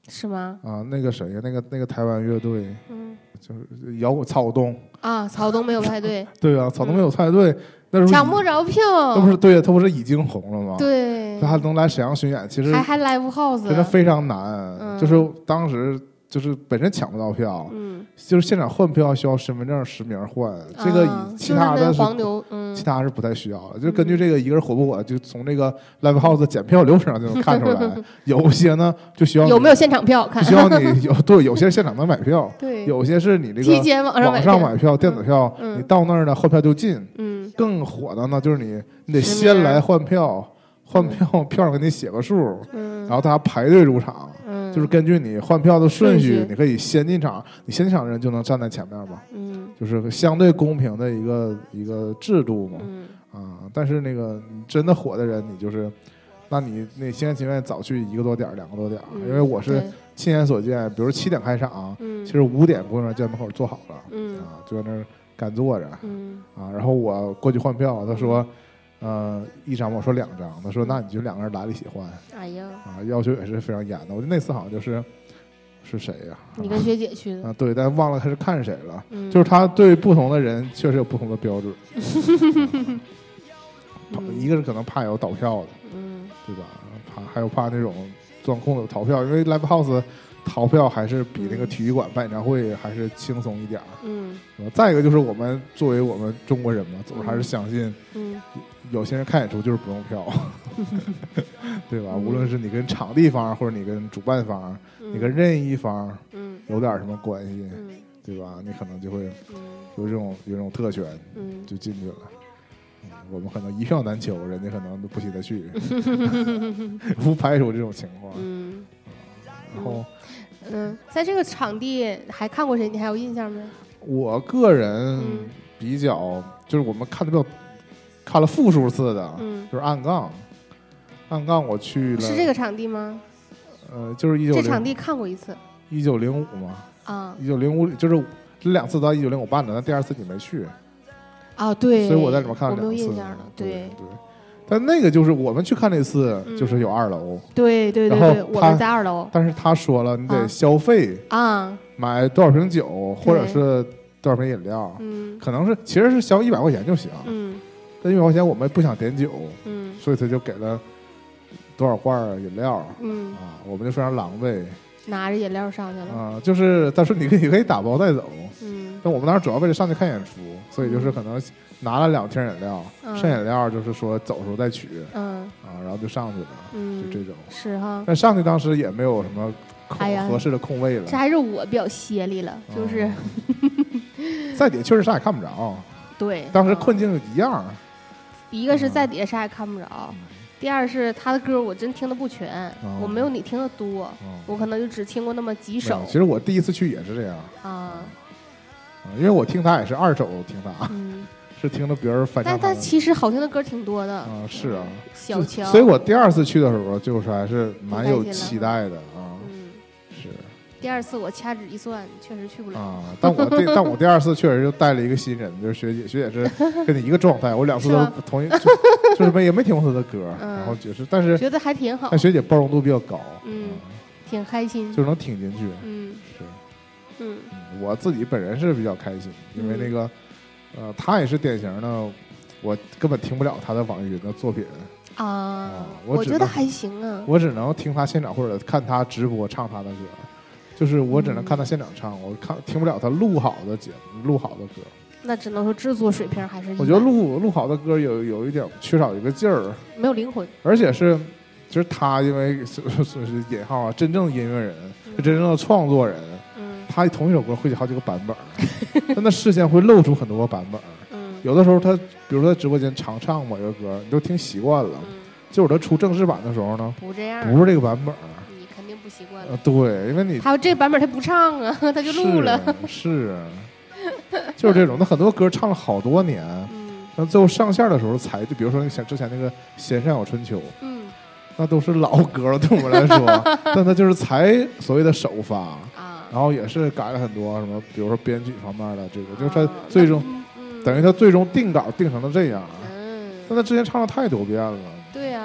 是吗？ 啊，那个谁呀，那个那个台湾乐队， 嗯， 就是摇滚草东啊，草东没有派对， 对啊，草东没有派对，那时候抢不着票， 那不是对，他不是已经红了吗？ 对， 他还能来沈阳巡演，其实还还 live house， 真的非常难， 嗯、 就是当时就是本身抢不到票， 嗯， 就是现场换票需要身份证实名换，这个以其他的是黄牛，嗯， 其他是不太需要的，就根据这个一个人火不火，就从这个 live house 检票流程上就能看出来。有些呢就需要有没有现场票看， 需要你有对，有些现场能买票， 对， 有些是你这个提前网上网上买票，电子票， 嗯、 你到那儿呢换票就进， 嗯， 更火的呢就是你你得先来换票。换票，嗯、票上给你写个数， 嗯， 然后大家排队入场， 嗯， 就是根据你换票的顺序，你可以先进场，你先进场的人就能站在前面嘛， 嗯， 就是相对公平的一个一个制度嘛， 嗯， 啊，但是那个你真的火的人，你就是，那你那心甘情愿早去一个多点两个多点， 嗯、 因为我是亲眼所见，比如七点开场， 嗯， 其实五点工作人员在门口坐好了， 嗯， 啊，就在那儿干坐着， 嗯， 啊，然后我过去换票，他说。呃，一张我说两张，他说那你就两个人来了一起换。 哎呀， 啊，要求也是非常严的。我觉得那次好像就是是谁呀、啊？ 你跟学姐去的啊？对，但忘了他是看谁了。 嗯、 就是他对不同的人确实有不同的标准。嗯、一个是可能怕有倒票的， 嗯， 对吧？怕还有怕那种钻空子逃票，因为 live house 逃票还是比那个体育馆办演唱会还是轻松一点。 嗯， 再一个就是我们作为我们中国人嘛，总是还是相信， 嗯。 有些人看演出就是不用票，对吧？嗯、无论是你跟场地方，或者你跟主办方， 嗯、 你跟任意方， 嗯， 有点什么关系， 嗯、 对吧？你可能就会有这种有这种特权， 嗯， 就进去了。嗯、我们可能一票难求，人家可能都不惜得去，不排除这种情况。 嗯， 然后， 嗯，在这个场地还看过谁？你还有印象没？ 我个人比较，嗯、就是我们看的比较。看了复数次的， 嗯， 就是暗杠，暗杠我去了， 是这个场地吗？ 呃，就是一九这场地看过一次， 一九零五嘛， 啊， 一九零五就是这两次到一九零五办的，那第二次你没去， 啊，对， 所以我在里面看了两次， 我没有印象了， 对对, 对，但那个就是我们去看那次，就是有二楼， 嗯、对对对对，我们在二楼， 但是他说了，你得消费啊， 买多少瓶酒或者是多少瓶饮料， 嗯， 可能是其实是消一百块钱就行， 嗯。 但一百块钱我们不想点酒， 嗯， 所以他就给了多少罐饮料， 嗯啊，我们就非常狼狈， 拿着饮料上去了， 啊，就是他说你可以可以打包带走， 嗯， 但我们当时主要为了上去看演出，所以就是可能拿了两瓶饮料， 嗯、 剩饮料就是说走的时候再取， 嗯， 啊，然后就上去了， 嗯， 就这种是哈， 但上去当时也没有什么哎呀合适的空位了， 这还是我比较歇力了，就是， 嗯、在底下确实啥也看不着， 对， 当时困境一样。 一个是在底下啥也看不着， 嗯、 第二是他的歌我真听的不全， 嗯、 我没有你听的多， 嗯、 我可能就只听过那么几首。 其实我第一次去也是这样啊、 嗯，因为我听他也是二手听他， 嗯、 是听了别人翻唱。 但他其实好听的歌挺多的。 啊、嗯，是啊， 小乔。 所以我第二次去的时候，就是还是蛮有期待的啊。 嗯， 是。 第二次我掐指一算，确实去不了啊。但我第但我第二次确实就带了一个新人，就是学姐，学姐是跟你一个状态，我两次都同一，就就是没也没听过她的歌， 嗯、 然后就是，但是觉得还挺好。 但学姐包容度比较高， 嗯，嗯挺开心， 就是能听进去。 嗯， 是， 嗯， 我自己本人是比较开心，因为那个， 嗯、 呃，他也是典型的，我根本听不了他的网易云的作品。 啊， 啊我, 我觉得还行啊， 我只能听他现场或者看他直播唱他的歌。就是我只能看他现场唱，嗯、我看听不了他录好的节目、录好的歌。 那只能说制作水平还是。 我觉得录录好的歌有有一点缺少一个劲儿， 没有灵魂。而且是，其实他因为是是引号啊，真正的音乐人，嗯、是真正的创作人， 嗯， 他同一首歌会有好几个版本，但他事先会露出很多个版本。 嗯， 有的时候他，比如说在直播间常唱某一个歌，你都听习惯了， 嗯、 结果他出正式版的时候呢， 不这样， 不是这个版本。 肯定不习惯了、 呃，对，因为你还有这版本他不唱啊，他就录了， 是，是就是这种。那很多歌唱了好多年， 嗯， 那最后上线的时候才，就比如说像之前那个《弦上有春秋》， 嗯， 那都是老歌了，对我们来说，但他就是才所谓的首发啊， 然后也是改了很多什么，比如说编曲方面的这个，就是他最终、 嗯、 等于他最终定稿定成了这样， 嗯， 但他之前唱了太多遍了， 对呀、啊。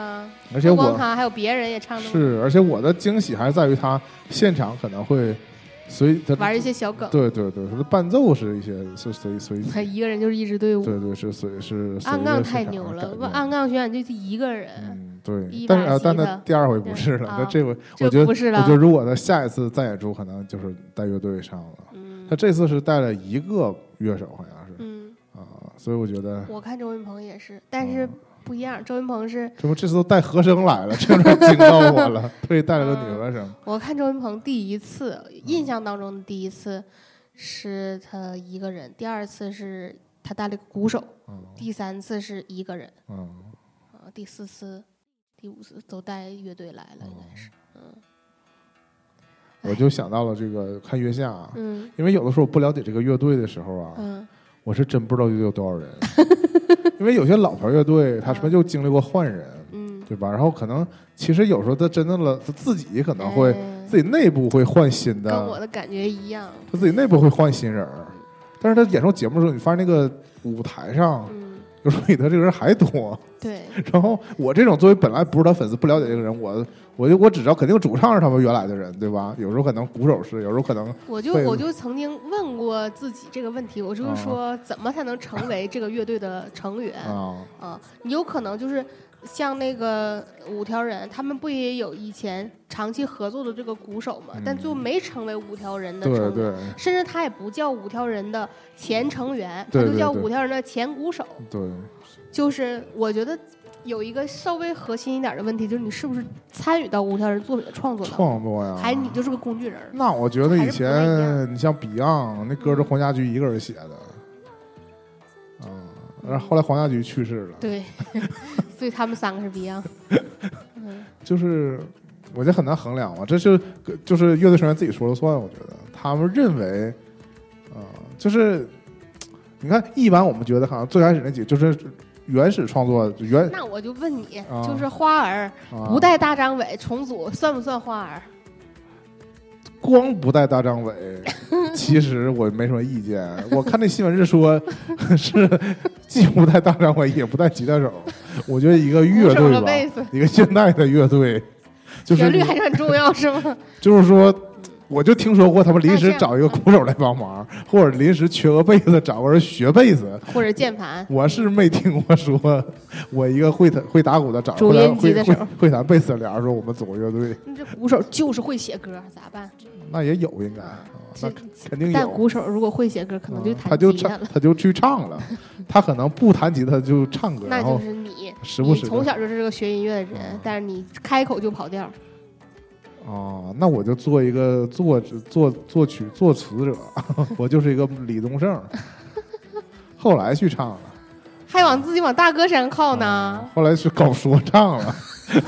而且我不光他还有别人也唱的是，而且我的惊喜还是在于他现场可能会随他玩一些小梗， 对对对，他的伴奏是一些是随随他一个人就是一支队伍， 对对是随是安杠太牛了，安杠巡演就一个人， 嗯对，但是啊，但他第二回不是了， 啊、 他这回我觉得不是了， 我觉得如果他下一次再演出，可能就是带乐队上了， 嗯， 他这次是带了一个乐手，好像是， 嗯啊，所以我觉得我看周云鹏也是，但是。不一样，周云鹏是这不这次都带和声来了，这有点惊到我了，特意带了个女和声。 嗯、我看周云鹏第一次，印象当中的第一次是他一个人，第二次是他带了个鼓手， 嗯、 第三次是一个人， 嗯， 啊，第四次、第五次都带乐队来了，应该是，嗯。 我就想到了这个看月下， 嗯， 因为有的时候我不了解这个乐队的时候啊， 嗯， 我是真不知道乐队有多少人。因为有些老牌乐队，他什么就经历过换人， 嗯， 对吧？然后可能其实有时候他真正的他自己可能会、哎、自己内部会换新的， 跟我的感觉一样。 他自己内部会换新人，但是他演出节目的时候，你发现那个舞台上， 嗯， 有时候比他这个人还多。 对。 然后我这种作为本来不是他粉丝、不了解这个人，我我就我只知道肯定主唱是他们原来的人，对吧？有时候可能鼓手是，有时候可能我就我就曾经问过自己这个问题，我就是说、啊、怎么才能成为这个乐队的成员啊？啊，你有可能就是像那个五条人，他们不也有以前长期合作的这个鼓手嘛？嗯、但最后没成为五条人的成员， 对对， 甚至他也不叫五条人的前成员， 对对对， 他就叫五条人的前鼓手。 对， 就是我觉得。有一个稍微核心一点的问题，就是你是不是参与到五条人作品的创作当中？ 创作呀， 还是你就是个工具人？ 那我觉得以前你像 Beyond 那歌是黄家驹一个人写的，啊、嗯，然后后来黄家驹去世了， 对，所以他们三个是 Beyond。嗯， 就是我觉得很难衡量嘛，这是就是乐队成员自己说了算，我觉得他们认为，啊、呃，就是你看，一般我们觉得好像最开始那几就是。原始创作原， 那我就问你， 啊、 就是花儿、啊、不带大张伟重组算不算花儿？ 光不带大张伟，其实我没什么意见。我看那新闻是说，是既不带大张伟，也不带吉他手。我觉得一个乐队吧，一个现代的乐队，就是旋律还是很重要，是吗？ 就是说。我就听说过他们临时找一个鼓手来帮忙，或者临时缺个贝斯找个人学贝斯， 或者键盘。 我是没听过说，我一个会弹会打鼓的找主音吉的手会会弹贝斯的俩人说我们组个乐队。 那这鼓手就是会写歌，咋办？ 那也有应该，那肯定有。 但鼓手如果会写歌，可能就弹吉他了，他就他就去唱了，他可能不弹吉他就唱歌。 那就是你， 时不时你从小就是个学音乐的人，嗯、但是你开口就跑调。 哦，那我就做一个作作作曲作词者，我就是一个李宗盛，后来去唱了， 还往自己往大歌身上靠呢、 嗯。后来是搞说唱了。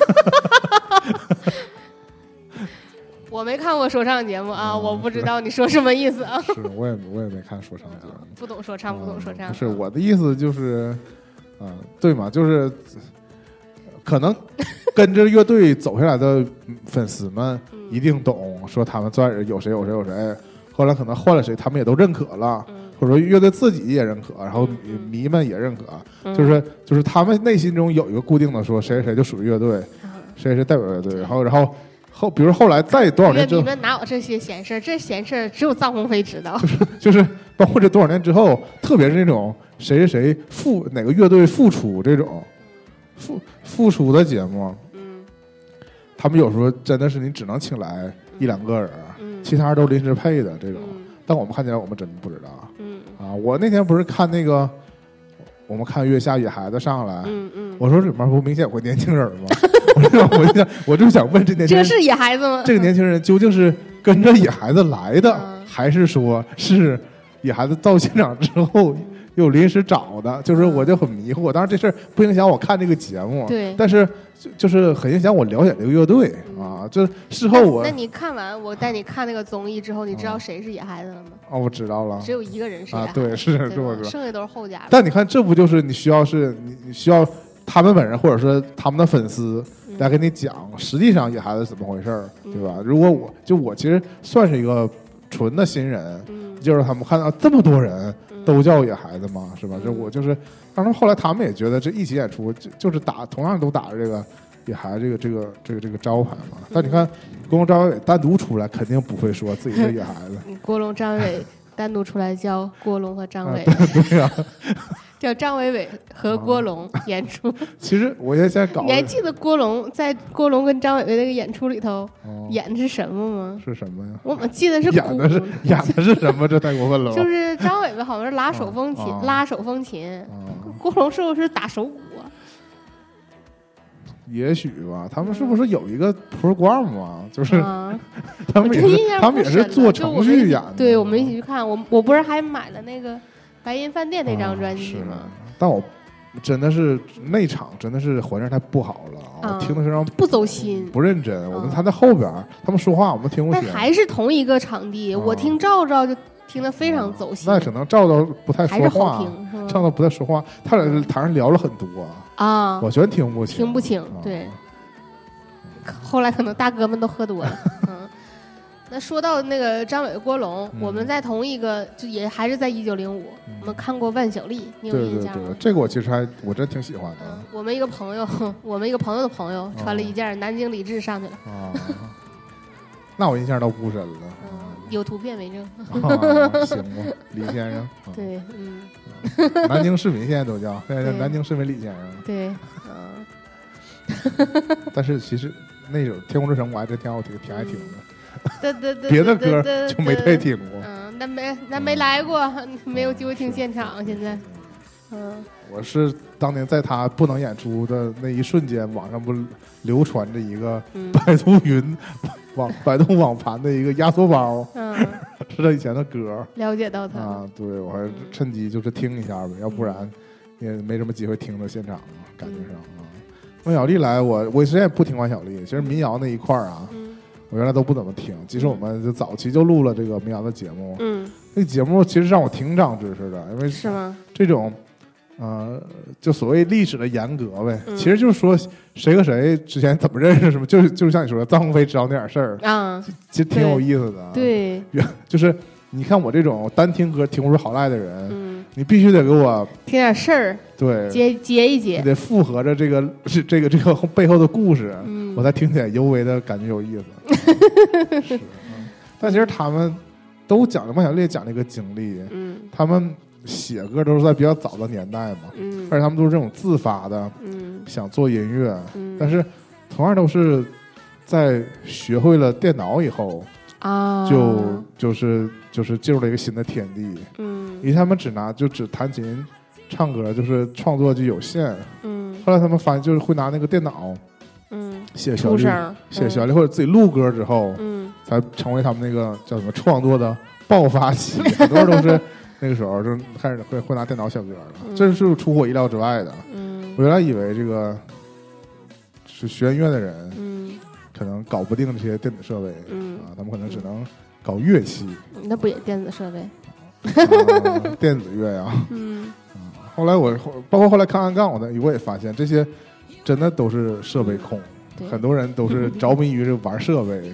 我没看过说唱节目啊，嗯、我不知道你说什么意思啊。 是，我也我也没看说唱节目， 不懂说唱，不懂说唱。 不是我的意思就是，嗯、呃，对嘛，就是。可能跟着乐队走下来的粉丝们一定懂，说他们钻有谁有谁有谁，后来可能换了谁，他们也都认可了，或者说乐队自己也认可，然后迷们也认可，就是就是他们内心中有一个固定的说谁谁谁就属于乐队，谁谁代表乐队，然后然后后比如后来再多少年之后， 你们哪有这些闲事？这闲事只有臧鸿飞知道。 就是就是包括这多少年之后，特别是那种谁谁谁复哪个乐队复出这种。复复出的节目， 嗯， 他们有时候真的是你只能请来一两个人， 嗯， 其他人都临时配的这种， 嗯、 但我们看起来我们真不知道， 嗯啊，我那天不是看那个，我们看月下野孩子上来， 嗯嗯， 我说里面不明显有个年轻人吗？我就我就想，我就想问这年轻人， 这是野孩子吗？ 这个年轻人究竟是跟着野孩子来的， 嗯、 还是说是野孩子到现场之后？又临时找的，就是我就很迷惑。当然这事儿不影响我看这个节目， 对， 但是就就是很影响我了解这个乐队、嗯、啊。就是事后我， 那你看完我带你看那个综艺之后，你知道谁是野孩子了吗？ 哦，我知道了， 只有一个人是野孩子， 啊，对，是这么说， 剩下都是后加的。 但你看，这不就是你需要是你你需要他们本人或者说他们的粉丝来给你讲，实际上野孩子是怎么回事儿， 嗯、 对吧？如果我就我其实算是一个纯的新人， 嗯、 就是他们看到这么多人。都叫野孩子嘛，是吧？ 嗯、 就我就是，当然后来他们也觉得这一起演出就就是打，同样都打着这个野孩这个这个这个这个招牌嘛。但你看郭龙张伟伟单独出来，肯定不会说自己是野孩子。 郭龙张伟伟单独出来叫郭龙和张伟， 啊、对对呀、啊， 叫张伟伟和郭龙演出。 其实我也在搞， 你还记得郭龙在郭龙跟张伟伟那个演出里头、哦、演的是什么吗？ 是什么呀？ 我记得是演的是演的是什么？这太过分了。 就是张伟伟好像是拉手风琴， 哦、 拉手风琴，哦、郭龙是不是打手鼓啊？ 也许吧，他们是不是有一个 program 啊？就是、 啊、 他们也是他们也是做程序演的。 对，我们一起去看，我我不是还买了那个白银饭店那张专辑吗、 啊？但我真的是那场真的是环境太不好了， 啊、 我听的非常不走心， 不认真。啊、我们他在后边，他们说话我们听不清。 但还是同一个场地，啊、我听赵赵就听得非常走心。 啊、那可能赵赵不太说话，赵赵不太说话，他俩台上聊了很多。 啊， 我全听不清， 听不清，对。啊、后来可能大哥们都喝多了，嗯。那说到那个张伟、郭龙、嗯，我们在同一个，就也还是在一九零五，我们看过《万晓利》，你有印象吗？ 对对对，这个我其实还我真挺喜欢的。 嗯、我们一个朋友，我们一个朋友的朋友穿了一件南京李志上去了。 啊，那我印象都不深了。 嗯，有图片为证。 啊、行吧，李先生。 嗯、对，嗯。 南京市民现在都叫，现在叫南京市民李先生。 对， 嗯。但是其实那首《天空之城》我还真挺好听，挺爱听的。 对对对， 别的歌就没太听过。 嗯，那没那没来过，嗯、没有机会听现场。现在，嗯， 我是当年在他不能演出的那一瞬间，网上不流传着一个百度云网、嗯、百度网盘的一个压缩包，嗯，是他以前的歌。 了解到他啊，对，我还趁机就是听一下呗，嗯、要不然也没什么机会听到现场，感觉上啊。万晓利来，我我之前也不听万晓利，其实民谣那一块啊。嗯，我原来都不怎么听，其实我们就早期就录了这个民谣的节目，嗯，那节目其实让我挺长知识的，因为是吗？ 这种，呃，就所谓历史的严格呗，嗯、其实就是说谁和谁之前怎么认识什么，就是就是像你说的，臧鸿飞知道那点事儿啊， 其实挺有意思的， 对， 就是你看我这种单听歌听不出好赖的人，嗯，你必须得给我听点事儿， 对， 接接一接， 你得复合着这个是这个这个背后的故事，嗯，我才听起来尤为的感觉有意思。是、嗯，但其实他们都讲的万晓利讲这个经历，嗯，他们写歌都是在比较早的年代嘛，嗯，而且他们都是这种自发的，嗯，想做音乐，嗯，但是同样都是在学会了电脑以后啊，就就是就是进入了一个新的天地，嗯，因为他们只拿就只弹琴唱歌，就是创作就有限，嗯，后来他们发现就是会拿那个电脑。嗯，写旋律，写旋律、嗯、或者自己录歌之后，嗯，才成为他们那个叫什么创作的爆发期。很多人都是那个时候就开始会会拿电脑写歌了，嗯、这是出乎我意料之外的。嗯，我原来以为这个是学音乐的人，嗯，可能搞不定这些电子设备，嗯啊，他们可能只能搞乐器。 那不也电子设备？ 啊、电子乐呀、啊，嗯啊。后来我包括后来看暗杠，我的我也发现这些。真的都是设备控，很多人都是着迷于这玩设备。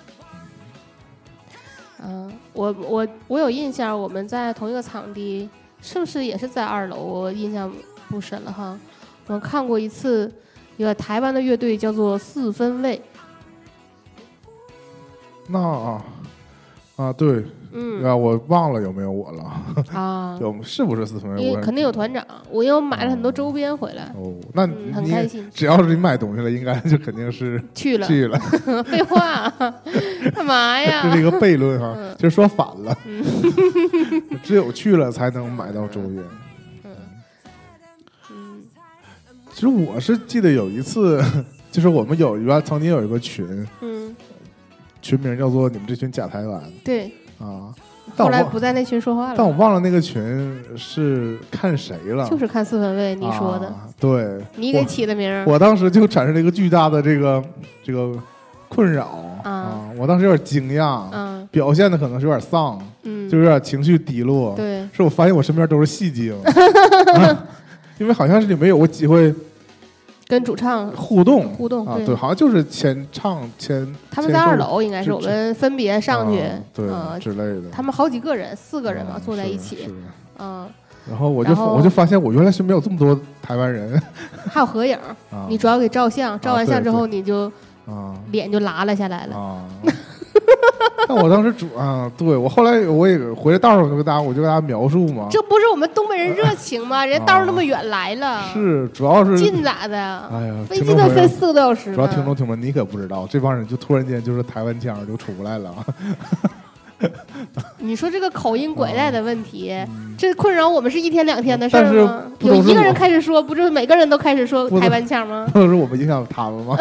嗯、呃，我我我有印象，我们在同一个场地，是不是也是在二楼？我印象不深了哈。我们看过一次，一个台湾的乐队叫做四分卫。 那啊啊对。嗯啊，我忘了有没有我了啊？有是不是四分卫？ 肯定有团长，我因为我买了很多周边回来。 哦，那你、 嗯、很开心。 只要是你买东西了，应该就肯定是去了去了。 废话，干嘛呀？ 这是一个悖论哈，嗯、就是说反了。嗯、只有去了才能买到周边。嗯嗯。其实我是记得有一次，就是我们有原来曾经有一个群，嗯，群名叫做“你们这群假台湾”。 对。 啊！ 后来不在那群说话了， 但我忘了那个群是看谁了， 就是看四分卫你说的， 啊、对， 你给起的名儿， 我当时就产生了一个巨大的这个这个困扰 啊, 啊！我当时有点惊讶，嗯、啊，表现的可能是有点丧，嗯，就有点情绪低落， 对， 是我发现我身边都是戏精，啊、因为好像是你没有过机会。 跟主唱互动互动啊，对，好像就是签唱签。 他们在二楼，应该是我们分别上去， 啊、对、 呃、 之类的。 他们好几个人，四个人嘛，坐在一起。嗯， 然后我就我就发现我原来身边有这么多台湾人， 还有合影， 啊、 你主要给照相，照完相之后你就啊脸就拉了下来了。 啊但我当时主啊，对我后来我也回来道上我就跟大家我就跟大家描述嘛， 这不是我们东北人热情吗？人家道那么远来了， 啊、是主要是近咋的？ 哎呀， 飞机都飞四个多小时。 主要听众听众你可不知道，这帮人就突然间就是台湾腔就出来了。 你说这个口音拐带的问题， 嗯、 这困扰我们是一天两天的事儿吗？有一个人开始说，不就是每个人都开始说台湾腔吗？ 不是我们影响他们吗？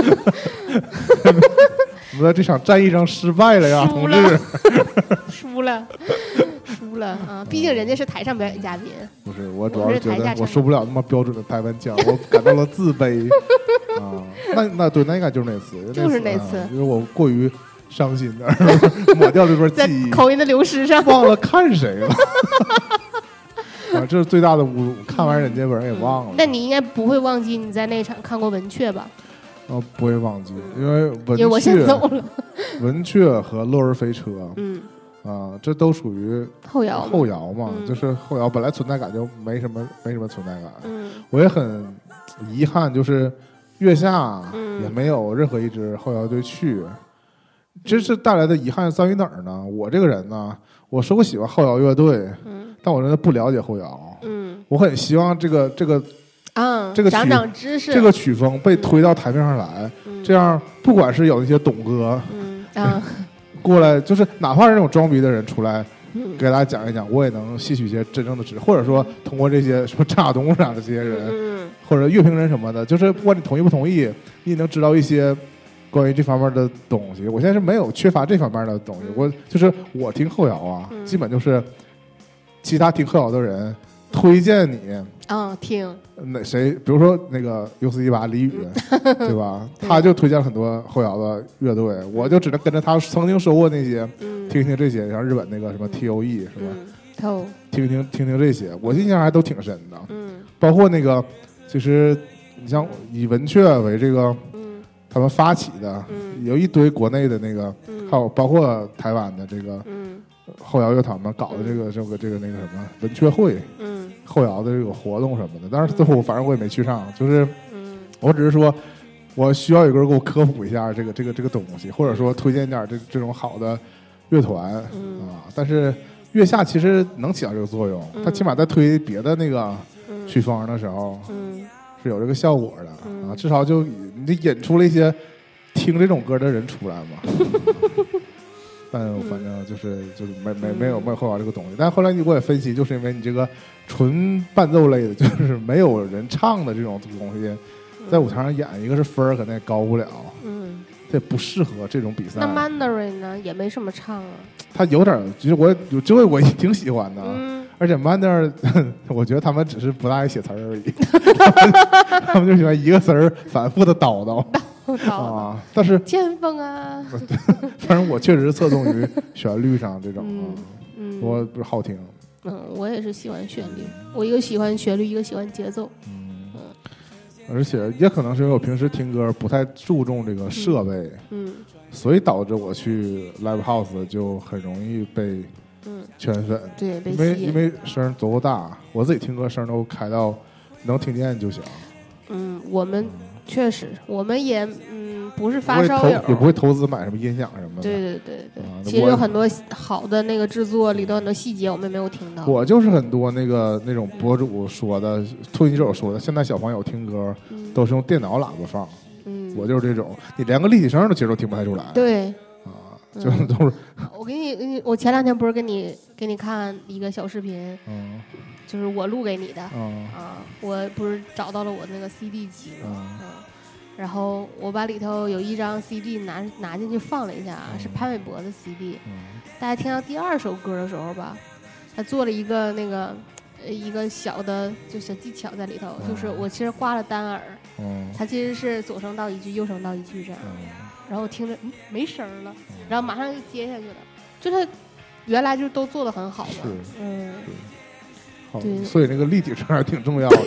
我们这场战役上失败了呀，同志！ 输了，输了啊！毕竟人家是台上表演嘉宾。 不是，我主要是觉得我受不了那么标准的台湾腔，我感到了自卑啊。那那对，那应该就是那次， 就是那次， 因为我过于伤心的抹掉这段记忆， 口音的流失上忘了看谁了。啊，这是最大的侮辱！看完人家本人也忘了。 那你应该不会忘记你在那场看过文雀吧？ 哦，不会忘记，因为文雀， 因为我先走了。 文雀和落日飞车， 嗯， 啊，这都属于后摇后摇嘛， 嗯、 就是后摇本来存在感就没什么，没什么存在感。 嗯， 我也很遗憾，就是月下嗯也没有任何一支后摇队去。这是带来的遗憾在于哪儿呢？我这个人呢，我说我喜欢后摇乐队， 嗯， 但我真的不了解后摇， 嗯， 我很希望这个这个。 啊， 这个长长知识， 这个曲风被推到台面上来， 嗯、 这样不管是有那些懂哥， 嗯啊， 过来，就是哪怕是那种装逼的人出来， 嗯、 给大家讲一讲，我也能吸取一些真正的知识，或者说通过这些什么张亚东啥的这些人， 嗯、 或者乐评人什么的，就是不管你同意不同意，你也能知道一些关于这方面的东西。我现在是没有缺乏这方面的东西，我就是我听后摇啊， 嗯、 基本就是其他听后摇的人推荐你。 啊、哦，听那谁，比如说那个 U 四一八李宇，对吧？他就推荐了很多后摇的乐队，我就只能跟着他曾经说过那些， 嗯、 听听这些，像日本那个什么 T O E 是吧？ 嗯、 听听听听这些，我印象还都挺深的。 嗯， 包括那个，其实你像以文雀为这个， 嗯， 他们发起的， 嗯， 有一堆国内的那个， 嗯， 还有包括台湾的这个， 嗯， 后摇乐团们搞的这个这个这个那个什么文雀会， 嗯。 后摇的这个活动什么的，但是最后反正我也没去上，就是， 嗯， 我只是说，我需要有个人给我科普一下这个这个这个东西，或者说推荐点这这种好的乐团， 嗯啊，但是月下其实能起到这个作用，它起码在推别的那个曲风的时候， 嗯， 是有这个效果的、 嗯、 啊，至少就你就引出了一些听这种歌的人出来嘛。但反正就是就是没没没有没有后摇这个东西，但后来我也分析，就是因为你这个纯伴奏类的，就是没有人唱的这种东西，在舞台上演，一个是分儿可能也高不了，嗯，这不适合这种比赛。 那 Mandarin 呢，也没什么唱啊。 他有点，其实我有这位我也挺喜欢的， 嗯， 而且 Mandarin， 我觉得他们只是不大爱写词儿而已，他们就喜欢一个词儿反复的叨叨。啊，但是剑锋啊， 反正我确实是侧重于旋律上这种， 嗯嗯， 我不是好听， 嗯，我也是喜欢旋律，我一个喜欢旋律，一个喜欢节奏， 嗯，嗯而且也可能是因为我平时听歌不太注重这个设备， 嗯，嗯所以导致我去 live house 就很容易被圈粉， 嗯、对，被因为因为声足够大，我自己听歌声都开到能听见就行， 嗯，我们。确实，我们也嗯不是发烧友， 也不会投资买什么音响什么的。 对对对对， 啊、 其实有很多好的那个制作里头很多细节我们没有听到。 我就是很多那个那种博主说的，推机手说的，现在小朋友听歌都是用电脑喇叭放。嗯，我就是这种，你连个立体声都其实都听不太出来。 对， 啊，就都是。 嗯、我给你，我前两天不是给你给你看一个小视频， 嗯。 就是我录给你的、 嗯、 啊，我不是找到了我那个 C D 机吗？ 嗯嗯，然后我把里头有一张 C D 拿拿进去放了一下，嗯、是潘玮柏的 C D、嗯。大家听到第二首歌的时候吧，他做了一个那个一个小的就小技巧在里头，嗯、就是我其实挂了单耳，嗯，它其实是左声道一句，右声道一句这样，嗯、然后我听着嗯没声了，嗯、然后马上就接下去了，就他原来就都做得很好的，嗯。 对，所以那个立体声还挺重要的。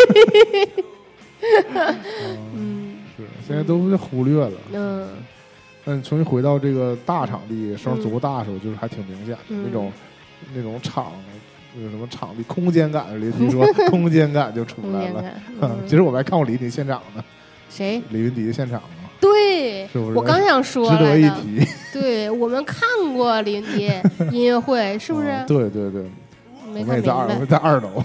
嗯，是现在都忽略了。嗯，但重新回到这个大场地，声足够大的时候，就是还挺明显的、嗯、那种那种场有什么场地空间感，李云迪说空间感就出来了。嗯、其实我们还看过李云迪现场呢。 谁？ 李云迪的现场吗？ 对， 是不是？ 我刚想说值得一提。 对，我们看过李云迪音乐会，是不是？ 嗯、对对对， 没看明白。 我们在二楼。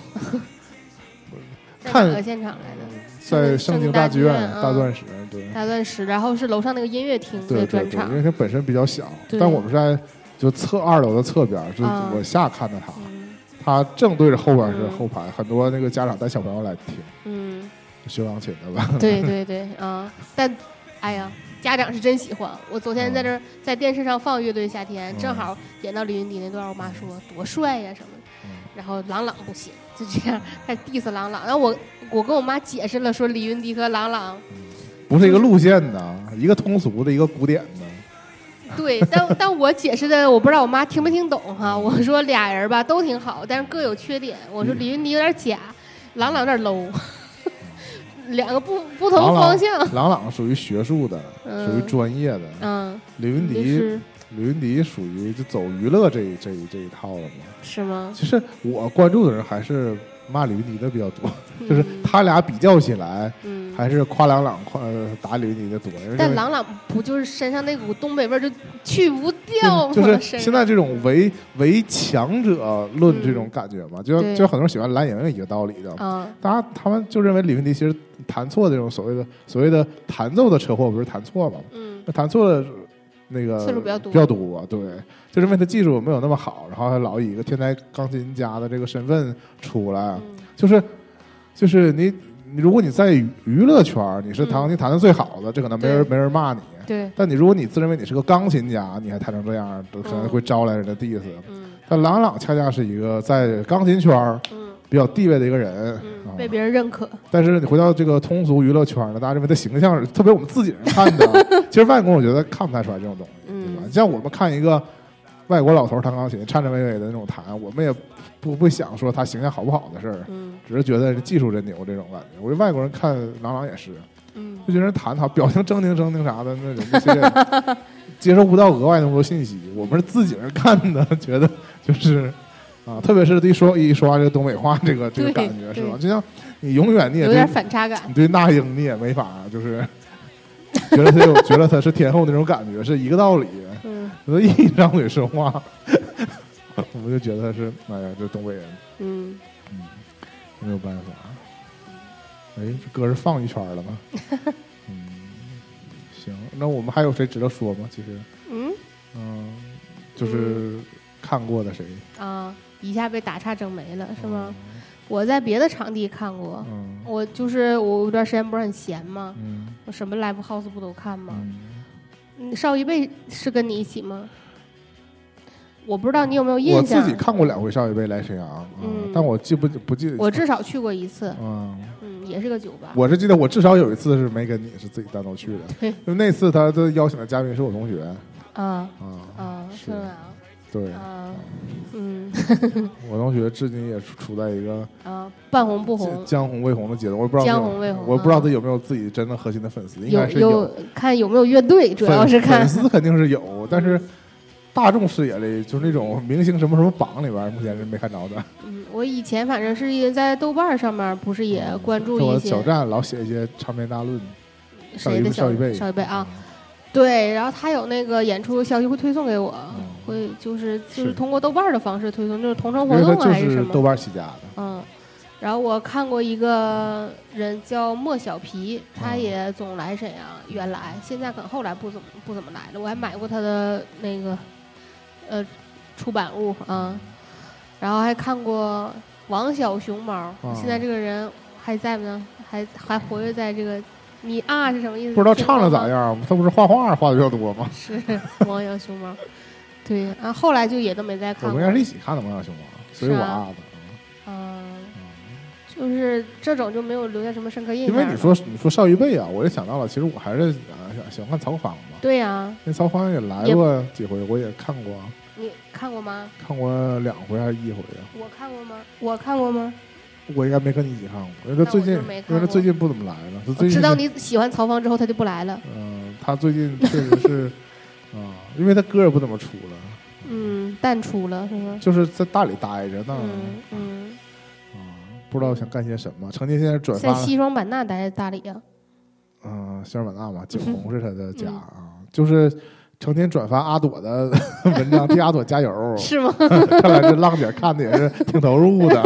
看哪个现场来的？ 在盛京大剧院大钻石，对， 大钻石，然后是楼上那个音乐厅的专场，因为它本身比较小，但我们是在就侧二楼的侧边，是我下看的它，它正对着后边是后排，很多那个家长带小朋友来听， 嗯， 学钢琴的吧？ 对对对啊，但哎呀，家长是真喜欢。我昨天在这在电视上放乐队夏天，正好演到李云迪那段，我妈说多帅呀什么的，然后郎朗不行。就这样，还 diss 郎朗，然后我我跟我妈解释了，说李云迪和郎朗不是一个路线的，一个通俗的，一个古典的。 对，但但我解释的，我不知道我妈听没听懂哈。我说俩人吧都挺好，但是各有缺点。我说李云迪有点假，郎朗有点 low， 两个不不同方向。 郎朗属于学术的， 嗯、 属于专业的。 嗯， 李云迪。李云迪属于就走娱乐这这这一套了嘛？ 是吗？ 其实我关注的人还是骂李云迪的比较多，嗯、就是他俩比较起来，嗯，还是夸郎朗夸打李云迪的多。 但郎朗不就是身上那股东北味就去不掉吗？ 就是现在这种唯唯强者论这种感觉嘛，嗯、就就很多人喜欢蓝莹莹一个道理的。 嗯， 大家他们就认为李云迪其实弹错这种所谓的所谓的弹奏的车祸不是弹错嘛？嗯，那弹错了。那个次数比较多， 比较多，对，就是因为他技术没有那么好，然后他老以一个天才钢琴家的这个身份出来，嗯、就是就是你，如果你在娱乐圈你是弹钢琴弹的最好的，嗯、这可能没人没人骂你， 对。 但你如果你自认为你是个钢琴家，你还弹成这样，可能会招来人的 diss。嗯。但郎朗恰恰是一个在钢琴圈嗯比较地位的一个人， 嗯，被别人认可。 但是你回到这个通俗娱乐圈呢，大家认为他形象，特别我们自己人看的，其实外国我觉得看不太出来这种东西，对吧？像我们看一个外国老头弹钢琴，颤颤巍巍的那种弹，我们也不会想说他形象好不好的事儿，嗯，只是觉得技术真牛这种感觉。我觉得外国人看郎朗也是，嗯，就觉得人弹好，表情狰狞狰狞啥的，那人家接收不到额外那么多信息。我们是自己人看的，觉得就是。啊，特别是一说一说这个东北话，这个这个感觉是吧？就像你永远你也有点反差感， 你对那英你也没法就是觉得他有觉得他是天后那种感觉是一个道理。嗯，他一张嘴说话，我们就觉得他是哎呀，这东北人。嗯嗯，没有办法。哎，这歌是放一圈了吗？嗯，行，那我们还有谁值得说吗？其实，嗯嗯，就是看过的谁啊？一下被打岔整没了是吗？嗯、我在别的场地看过，嗯、我就是我有段时间不是很闲吗？嗯、我什么 live house 不都看吗？嗯，邵一贝是跟你一起吗？我不知道你有没有印象。 我自己看过两回邵一贝来沈阳，嗯，但我记不不记得。 我至少去过一次，嗯嗯，也是个酒吧。 我是记得我至少有一次是没跟你，是自己单独去的。 对， 因为那次他的邀请的嘉宾是我同学。 啊啊啊！是吗？ 对， 啊，嗯， 我同学至今也处在一个啊半红不红、 将红未红的阶段，我不知道将红未红， 我不知道他有没有自己真的核心的粉丝，应该是有，看有没有乐队，主要是看粉丝肯定是有，但是大众视野里就是那种明星什么什么榜里边，目前是没看着的。 嗯，我以前反正是在豆瓣上面，不是也关注一些， 小站老写一些唱片大论， 谁的邵一贝， 邵一贝啊。对，然后他有那个演出消息会推送给我，嗯、会就是就是通过豆瓣的方式推送，就是同城活动还是什么？ 豆瓣起家的。 嗯，然后我看过一个人叫莫小皮，他也总来沈阳，嗯、原来现在可能后来不怎么不怎么来了。我还买过他的那个呃出版物啊，然后还看过王小熊猫，嗯、现在这个人还在吗？还还活跃在这个。你啊是什么意思？ 不知道唱的咋样？他不是画画画的比较多吗？ 是王小熊猫，对啊，后来就也都没再看过。 我们应该是一起看的王小熊猫，所以我啊的。 嗯，就是这种就没有留下什么深刻印象。 因为你说你说邵一贝啊，我就想到了，其实我还是喜欢看曹芳嘛。 对呀、啊， 那曹芳也来过几回，我也看过。 你看过吗？ 看过两回还是一回啊？ 我看过吗？我看过吗？ 我应该没跟你一起看过，因为他最近，因为他最近不怎么来了。他最近知道你喜欢曹芳之后，他就不来了。 嗯、呃，他最近确实是啊，因为他歌也不怎么出了。 嗯， 嗯，淡出了是吗？ 就是在大理待着呢。 嗯嗯。 啊，不知道想干些什么。成天现在转发在西双版纳待在大理啊。 嗯，西双版纳嘛，景洪是他的家啊，嗯、就是成天转发阿朵的文章，替阿朵加油。 是吗？ 看来这浪姐看的也是挺投入的，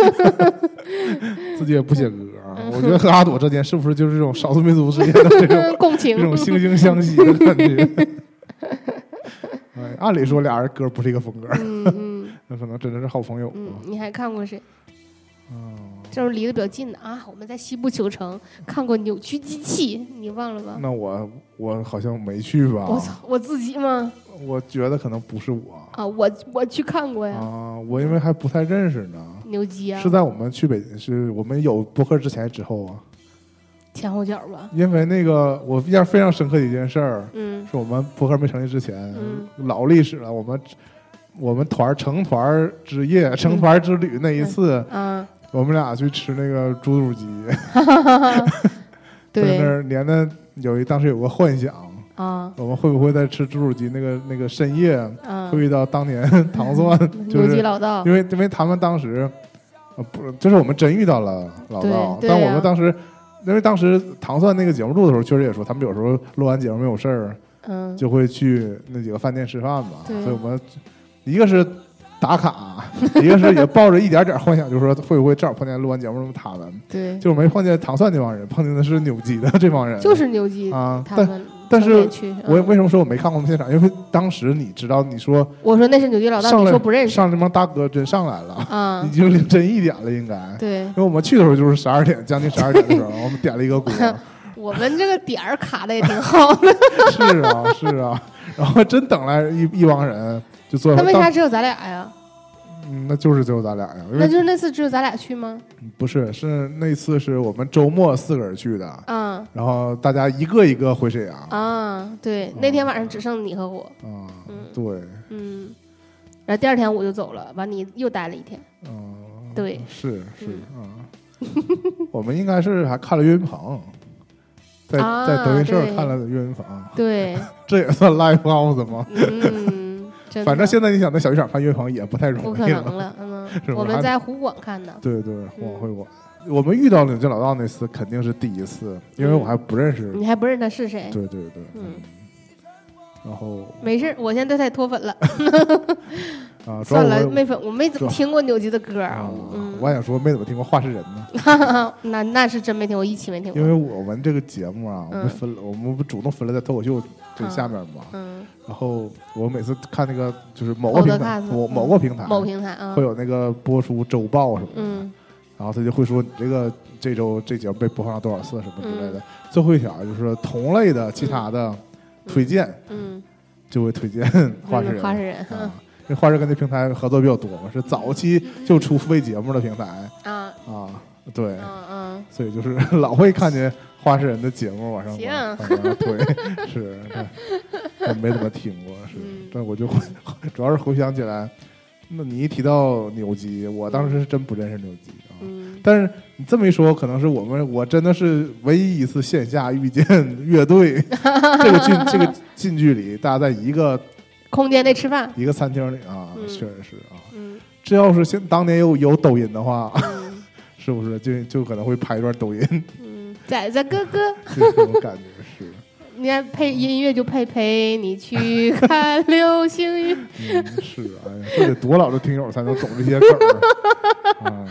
自己也不写歌。我觉得和阿朵之间是不是就是这种少数民族之间的这种共情， 这种惺惺相惜的感觉？哎，按理说俩人歌不是一个风格， 嗯嗯， 那可能真的是好朋友。 嗯，你还看过谁？ 哦， 这是离得比较近的啊。我们在西部球城看过扭曲机器，你忘了吗？ 那我我好像没去吧？ 我操，我自己吗？ 我觉得可能不是我啊，我我去看过呀。 啊，我因为还不太认识呢。 牛鸡啊！ 是在我们去北，是我们有播客之前之后啊？ 前后脚吧。 因为那个我印象非常深刻的一件事儿， 嗯， 是我们播客没成立之前， 嗯、 老历史了。我们我们团成团之夜、成团之旅那一次， 嗯，嗯我们俩去吃那个猪肚鸡， 对， 在那儿连的有一当时有个幻想。 啊， 我们会不会在吃猪肚鸡那个那个深夜， 啊、 会遇到当年糖蒜，就是牛鸡老道？ 因为因为他们当时，呃不，就是我们真遇到了老道， 对对啊、 但我们当时，因为当时糖蒜那个节目录的时候，确实也说他们有时候录完节目没有事儿， 嗯， 就会去那几个饭店吃饭嘛， 所以我们一个是打卡，一个是也抱着一点点幻想，就是说会不会正好碰见录完节目他们， 对， 就没碰见糖蒜那帮人，碰见的是扭鸡的这帮人， 就是牛鸡啊， 他们。 但是，我嗯、 为什么说我没看过他们现场？因为当时你知道，你说我说那是扭鸡老道，你说不认识， 上这帮大哥真上来了， 啊， 已经凌晨一点了，应该。 对， 因为我们去的时候就是十二点，将近十二点的时候，我们点了一个锅。 我们这个点儿卡的也挺好的。 是啊，是啊，然后真等来一一帮人就坐。 那为啥只有咱俩呀？ 嗯，那就是只有咱俩呀。 那就是那次只有咱俩去吗？ 不是，是那次是我们周末四个人去的， 嗯， 然后大家一个一个回沈阳。 啊，对，那天晚上只剩你和我。 啊， 嗯， 对， 嗯，然后第二天我就走了，完你又待了一天。 嗯， 对， 是是啊，我们应该是还看了岳云鹏，在在德云社看了岳云鹏， 对， 这也算 live house 吗？ 嗯。 反正现在你想在小剧场看岳云鹏也不太容易了， 不可能了。嗯，我们在湖广看的。 对对，湖广会馆。我们遇到扭鸡老道那次肯定是第一次，因为我还不认识。 你还不认识他是谁？ 对对对，嗯。然后没事，我现在对他也脱粉了。 啊， 算了，没粉，我没怎么听过扭鸡的歌啊。 嗯，我还想说没怎么听过话事人呢。 那那是真没听过，一期没听过。 因为我们这个节目啊，我们分了，我们不主动分了在脱口秀这下面嘛。 嗯。 然后我每次看那个就是某个平台，某某个平台， 某平台啊， 会有那个播出周报什么的。 嗯。 然后他就会说你这个这周这节目被播放了多少次什么之类的。最后一条就是说同类的其他的推荐， 嗯， 就会推荐话事人。 话事人， 嗯，因为话事跟这平台合作比较多嘛，是早期就出付费节目的平台啊啊，对， 嗯嗯， 所以就是老会看见话事人的节目往上往上推，是，没怎么听过，是，但我就回，主要是回想起来。那你一提到扭鸡，我当时是真不认识扭鸡啊。 嗯， 但是你这么一说，可能是我们我真的是唯一一次线下遇见乐队，这个近这个近距离，大家在一个空间内吃饭， 一个餐厅里啊， 嗯、 确实是啊。 嗯， 这要是现当年有有抖音的话， 嗯、 是不是就就可能会拍一段抖音？ 嗯，仔仔哥哥， 这种感觉是。 你看配音乐就配陪你去看流星雨。 嗯，是，哎呀，这得多老的听友才能懂这些梗儿啊！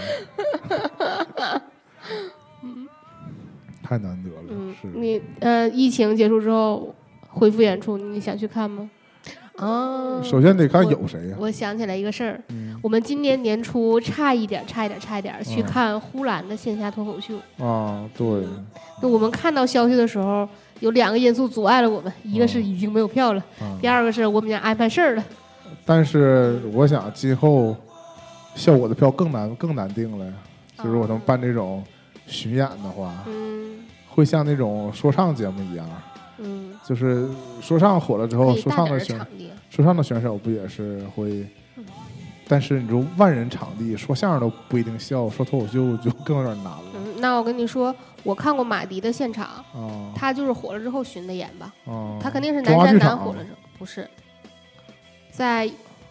嗯，太难得了。 嗯， 是你呃，疫情结束之后恢复演出，你想去看吗？哦， 首先得看有谁呀、 啊。我想起来一个事儿、 嗯， 我们今年年初差一点，差一点，差一点、嗯、去看呼兰的线下脱口秀。 啊，对。 那我们看到消息的时候。有两个因素阻碍了我们，一个是已经没有票了， 嗯、 第二个是我们家安排事儿了。 但是我想今后效果的票更难更难定了，就是我能办这种巡演的话， 嗯， 会像那种说唱节目一样， 嗯， 就是说唱火了之后，说唱的选说唱的选手不也是会。嗯，但是你说万人场地说相声都不一定笑，说脱口秀就更有点难了。 嗯，那我跟你说，我看过马迪的现场， 哦、 他就是火了之后巡的演吧。 哦， 他肯定是南山南火了之后，不是在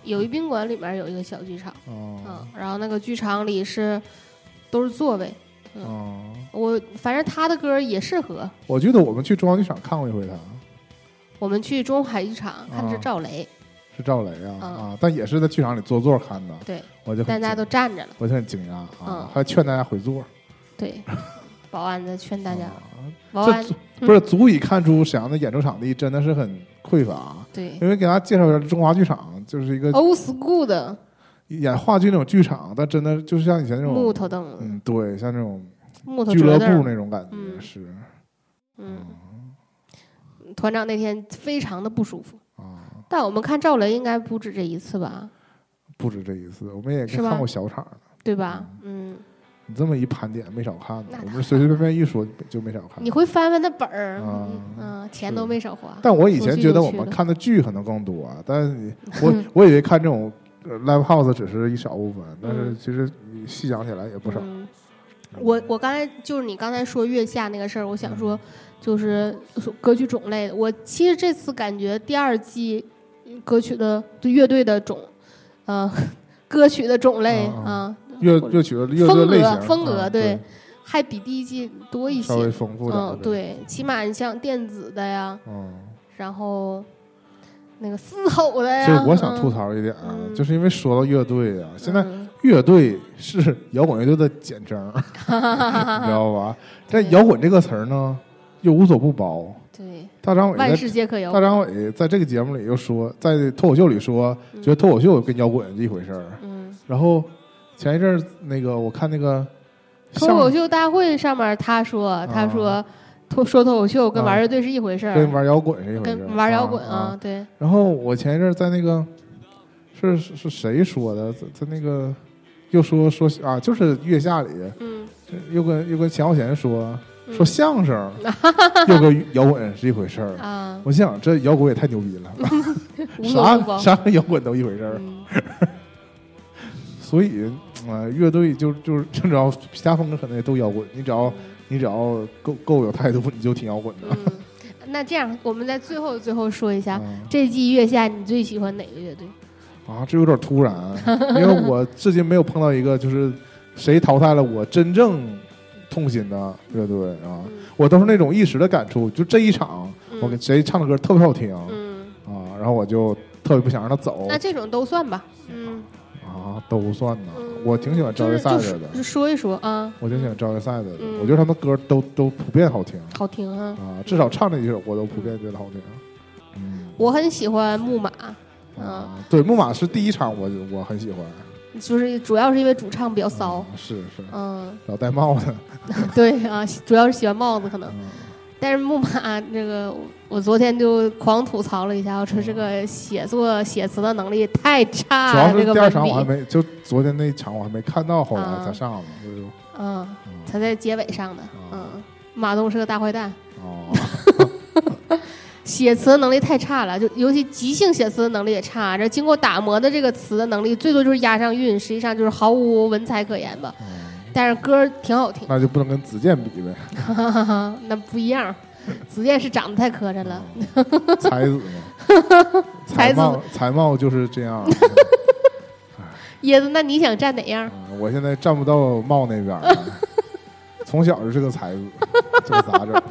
友谊宾馆里面有一个小剧场， 哦、 嗯，然后那个剧场里是都是座位，嗯， 哦、 我反正他的歌也适合。 我记得我们去中央剧场看过一回他， 我们去中海剧场看的是赵雷， 是赵雷啊、 嗯、 啊，但也是在剧场里坐座看的， 对， 我就大家都站着了， 我就很惊讶啊， 嗯、 还劝大家回座， 对，保安在劝大家， 啊、 保安不是足以看出沈阳的演出场地真的是很匮乏， 对， 因为给大家介绍一下，中华剧场就是一个 old school 的演话剧那种剧场，但真的就是像以前那种木头凳子， 嗯，对，像那种木头俱乐部那种感觉、 嗯、 是， 嗯，团长那天非常的不舒服啊， 但我们看赵雷应该不止这一次吧？ 不止这一次，我们也看过小场的， 对吧？嗯。 你这么一盘点，没少看的。我们随随便便一说就没少看。 你会翻翻那本儿， 嗯、 嗯，钱都没少花。 但我以前觉得我们看的剧可能更多，但我我以为看这种 live house 只是一小部分，但是其实你细想起来也不少。 嗯、我我刚才就是你刚才说月下那个事儿，我想说就是歌曲种类，我其实这次感觉第二季歌曲的就乐队的种，呃，歌曲的种类啊。 啊乐乐曲的乐队类型风格、 啊、 对, 对， 还比第一季多一些， 稍微丰富点。 嗯，对，起码你像电子的呀， 嗯， 然后那个嘶吼的呀。 所以我想吐槽一点啊， 嗯、 就是因为说到乐队啊，嗯、现在乐队是摇滚乐队的简称，嗯、你知道吧？在摇滚这个词儿呢，又无所不包。 对， 大张伟万事皆可摇滚。 大张伟在这个节目里又说，在脱口秀里说， 嗯、 觉得脱口秀跟摇滚是一回事儿。 嗯， 然后。前一阵儿那个我看那个脱口秀大会上面他说、啊、他说脱说脱口秀跟玩乐队是一回事儿、啊， 跟玩摇滚是一回事儿， 跟玩摇滚啊， 啊对。 然后我前一阵儿在那个是是是谁说的，在在那个又说说啊，就是月下里， 嗯， 又跟又跟钱浩贤说、嗯、说相声又跟摇滚是一回事儿啊。 我想这摇滚也太牛逼了，啥啥跟摇滚都一回事儿。嗯所以，呃，乐队就就是只要其他风格可能也都摇滚，你只要、嗯、你只要够够有态度，你就挺摇滚的。 嗯，那这样，我们在最后最后说一下， 嗯、 这季月下你最喜欢哪个乐队？ 啊，这有点突然，因为我至今没有碰到一个就是谁淘汰了我真正痛心的乐队啊，嗯、我都是那种一时的感触，就这一场、嗯、我给谁唱的歌特别好听， 嗯啊，然后我就特别不想让他走。 那这种都算吧，嗯。 啊，都算呢、 嗯， 我挺喜欢赵月赛的的， 就说一说啊， 我挺喜欢赵月赛的的、 嗯， 我觉得他们歌都都普遍好听， 好听啊， 啊，至少唱这几首我都普遍觉得好听。嗯， 我很喜欢木马， 啊，啊对，木马是第一场我我很喜欢， 就是主要是因为主唱比较骚， 啊、是是， 嗯， 老戴帽子， 对啊，主要是喜欢帽子可能。 嗯但是木马这个，我昨天就狂吐槽了一下，我说这个写作写词的能力太差了。 主要是第二场我还没，就昨天那场我还没看到，后来才上的。 嗯，嗯才在结尾上的。嗯，马东是个大坏蛋。 哦。 写词能力太差了，就尤其即兴写词的能力也差。这经过打磨的这个词的能力，最多就是押上韵，实际上就是毫无文采可言吧。 嗯但是歌挺好听， 那就不能跟子健比呗。 那不一样，子健是长得太磕碜了。 才子嘛，才貌才貌就是这样。 椰子，那你想站哪样？ 嗯、我现在站不到貌那边，从小就是个才子，这咋整？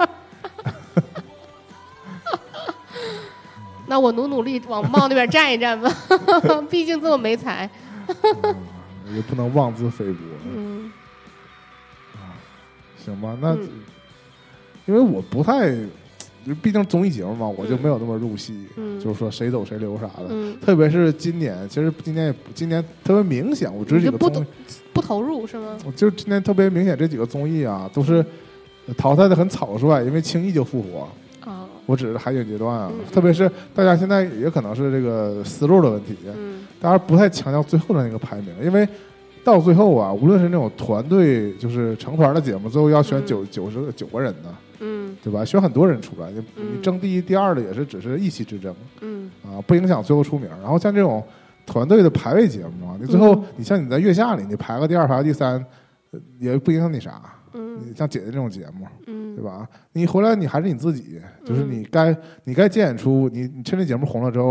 那我努努力往貌那边站一站吧，毕竟这么没才。 嗯、也不能妄自菲薄。 嗯。 行吧，那、 嗯、 因为我不太，毕竟综艺节目嘛，我就没有那么入戏， 嗯、 就是说谁走谁留啥的。 嗯、 特别是今年，其实今年也今年特别明显，我这几个综艺不投入是吗？ 我就今年特别明显，这几个综艺啊，都是淘汰的很草率，因为轻易就复活。 哦、 我指的海选阶段啊， 嗯、 特别是大家现在也可能是这个思路的问题， 嗯、 大家不太强调最后的那个排名，因为。到最后啊，无论是那种团队，就是成团的节目，最后要选九九十九个人呢， 嗯， 对吧？选很多人出来，你嗯、 你争第一、第二的也是只是一席之争， 嗯， 啊，不影响最后出名。然后像这种团队的排位节目啊，你最后、嗯、你像你在月下里，你排个第二、排个第三，也不影响你啥， 嗯， 你像姐姐这种节目， 嗯， 对吧？你回来你还是你自己，就是你该、嗯、你该接演出，你你趁这节目红了之后。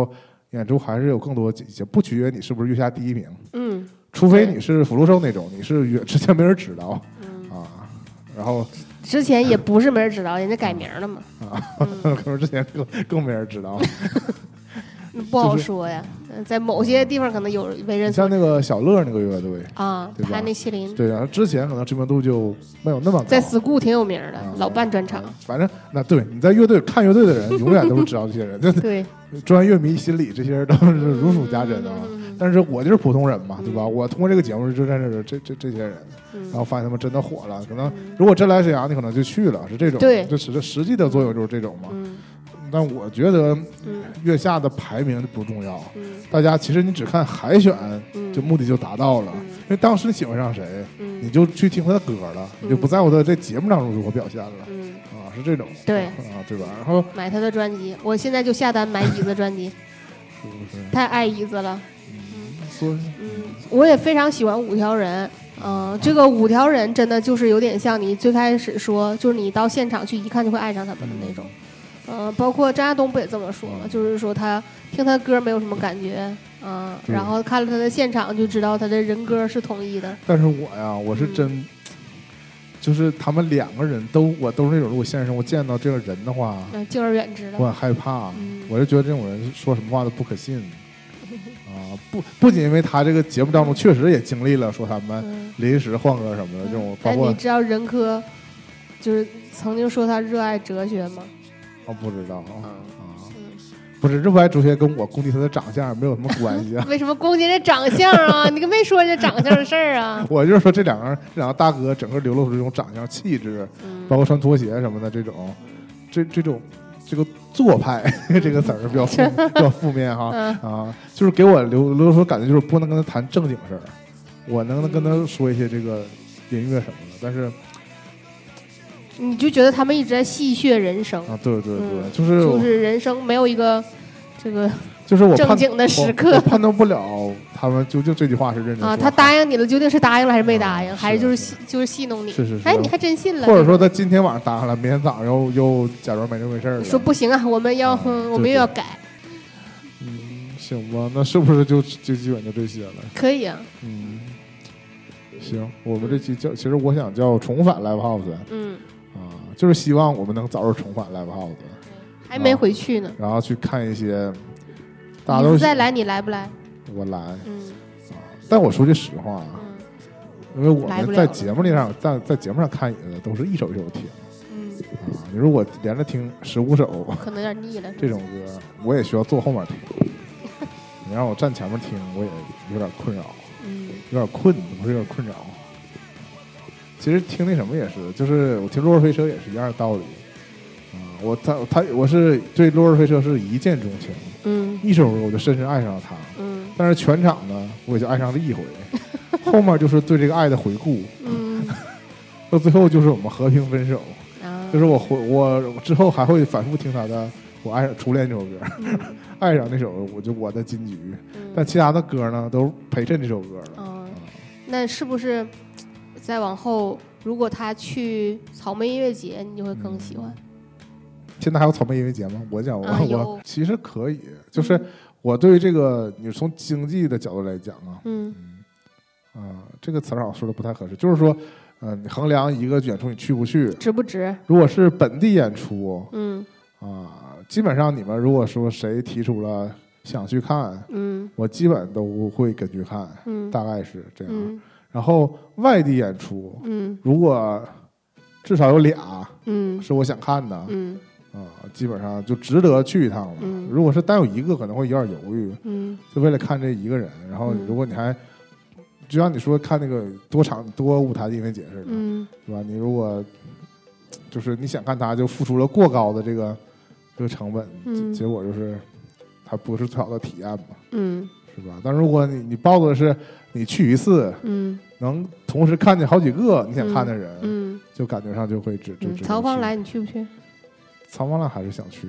演出还是有更多节，不取决于你是不是月下第一名。 嗯， 除非你是福禄寿那种，你是月之前没人知道。 嗯啊，然后之前也不是没人知道，人家改名了嘛。 啊，嗯、可能之前更更没人知道。 不好说呀，就是、在某些地方可能有为人所知。 像那个小乐那个乐队啊，他那麒麟， 对，然后之前可能知名度就没有那么高， 在 school 挺有名的， 啊、 老办专场、 啊。反正那对你在乐队看乐队的人，永远都是知道这些人。 对， 专业乐迷心理这些人都是如数家珍啊。 嗯、 但是我就是普通人嘛，对吧？嗯、我通过这个节目就认识这这这些人， 嗯、 然后发现他们真的火了。可能如果真来沈阳，你可能就去了，是这种。 对， 就实实际的作用就是这种嘛。 嗯但我觉得月下的排名不重要， 嗯、 大家其实你只看海选， 嗯、 就目的就达到了。 嗯、 因为当时你喜欢上谁， 嗯、 你就去听他的歌了， 嗯、 你就不在乎他在节目当中如何表现了。 嗯、 啊，是这种。 对啊，对吧？然后买他的专辑，我现在就下单买椅子专辑， 是不是？ 太爱椅子了。 嗯，所以嗯，我也非常喜欢五条人。嗯、呃，这个五条人真的就是有点像你最开始说，就是你到现场去一看就会爱上他们的那种。嗯、呃，包括张亚东不也这么说吗？就是说他听他歌没有什么感觉，嗯、呃，然后看了他的现场就知道他的人歌是统一的。 但是我呀，我是真，嗯、就是他们两个人都，我都是那种，如果现实生活见到这个人的话， 嗯，敬而远之的， 我很害怕， 嗯、 我就觉得这种人说什么话都不可信。啊，不，不仅因为他这个节目当中确实也经历了说他们临时换歌什么的、嗯、这种，包括你知道任科就是曾经说他热爱哲学吗？ 我、哦、不知道啊、 嗯、 啊，不是热爱哲学跟我攻击他的长相没有什么关系啊。 为什么攻击这长相啊？你可没说这长相的事儿啊。 我就是说这两个这两个大哥整个流露出这种长相气质、嗯，包括穿拖鞋什么的这种，这这种这个做派这个词儿比较负比较负面哈、嗯、啊，就是给我流流出感觉就是不能跟他谈正经事儿，我能跟他说一些这个音乐什么的，但是。 你就觉得他们一直在戏谑人生啊？对对对， 嗯、 就是就是人生没有一个这个就是我正经的时刻， 我我判断不了他们究竟这句话是认真啊。他答应你了，究竟是答应了还是没答应， 啊、 还是就是是就是戏弄你？ 是是是。 哎，你还真信了？ 或者说他今天晚上答应了，明天早上又又假装没这回事了。 说不行啊，我们要、 啊、 我们又要改。 嗯，行吧，那是不是就就基本就这些了？ 可以啊。 嗯，行，我们这期叫，其实我想叫重返 Live House。 嗯。 啊，就是希望我们能早日重返 Live House， 还没回去呢。 然后去看一些，大家都再来，你来不来？ 我来。 嗯。 啊，但我说句实话， 嗯、 因为我们在节目里上，在在节目上看椅子都是一首一首听。 嗯。 啊，你如果连着听十五首， 可能有点腻了。 这种歌我也需要坐后面听。你让我站前面听，我也有点困扰。 嗯。 有点困，不是有点困扰。其实听那什么也是，就是我听《落日飞车》也是一样的道理，啊、呃，我他他我是对《落日飞车》是一见钟情， 嗯， 一首歌我就深深爱上了他， 嗯， 但是全场呢，我也就爱上了一回，后面就是对这个爱的回顾， 嗯， 到最后就是我们和平分手， 啊， 就是我回我之后还会反复听他的《我爱上初恋》这首歌， 嗯、 爱上那首我就我的金桔， 嗯、 但其他的歌呢都陪衬这首歌了， 哦、嗯，那是不是？再往后，如果他去草莓音乐节，你就会更喜欢。 嗯、现在还有草莓音乐节吗？我讲我、 啊、 我其实可以，就是我对这个，你从经济的角度来讲啊， 嗯， 啊、呃，这个词儿好像说的不太合适，就是说，呃，你衡量一个演出你去不去， 值不值？ 如果是本地演出， 嗯， 啊、呃，基本上你们如果说谁提出了想去看， 嗯， 我基本都会跟去看， 嗯， 大概是这样。 嗯， 然后外地演出， 嗯， 如果至少有俩， 嗯， 是我想看的， 嗯， 啊、呃，基本上就值得去一趟了。 嗯， 如果是单有一个，可能会有点犹豫， 嗯， 就为了看这一个人。然后如果你还，就像你说看那个多场多舞台的音乐节似的， 嗯， 对吧？你如果就是你想看他，就付出了过高的这个这个成本， 嗯， 结果就是它不是最好的体验嘛， 嗯， 是吧？但如果你你抱的是你去一次， 嗯， 能同时看见好几个你想看的人， 嗯，嗯就感觉上就会值值值。 曹芳来，你去不去？ 曹芳来还是想去。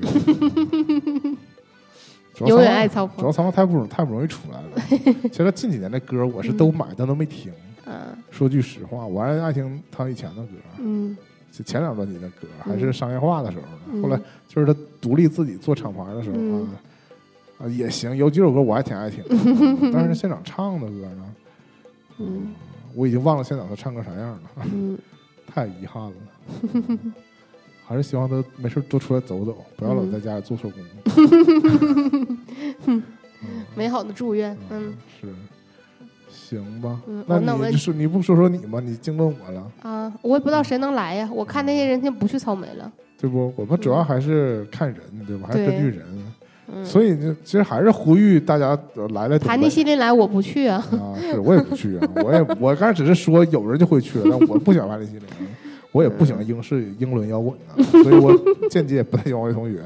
永远爱曹芳， 主要曹芳太不太不容易出来了。其实近几年的歌我是都买，嗯、但都没听。 嗯， 说句实话，我还爱听他以前的歌。 嗯， 就前两专辑的歌，还是商业化的时候呢。 嗯、 后来就是他独立自己做厂牌的时候啊， 嗯、 啊，也行，有几首歌我还挺爱听的，但是现场唱的歌呢， 嗯， 我已经忘了现场他唱歌啥样了， 嗯， 太遗憾了。还是希望他没事多出来走走，不要老在家里做手工。 嗯、美好的祝愿，嗯， 是，行吧。 嗯、 那那我你说你不说说你吗？你净问我了啊！我也不知道谁能来呀。我看那些人现在不去草莓了， 对不？我们主要还是看人，嗯、对吧？还是根据人。 嗯、 所以其实还是呼吁大家来来。 盘尼西林来，我不去啊。 啊，是我也不去啊，我也我刚才只是说有人就会去了，但我不喜欢盘尼西林。我也不喜欢英式英伦摇滚的，所以我间接也不太喜欢魏同学。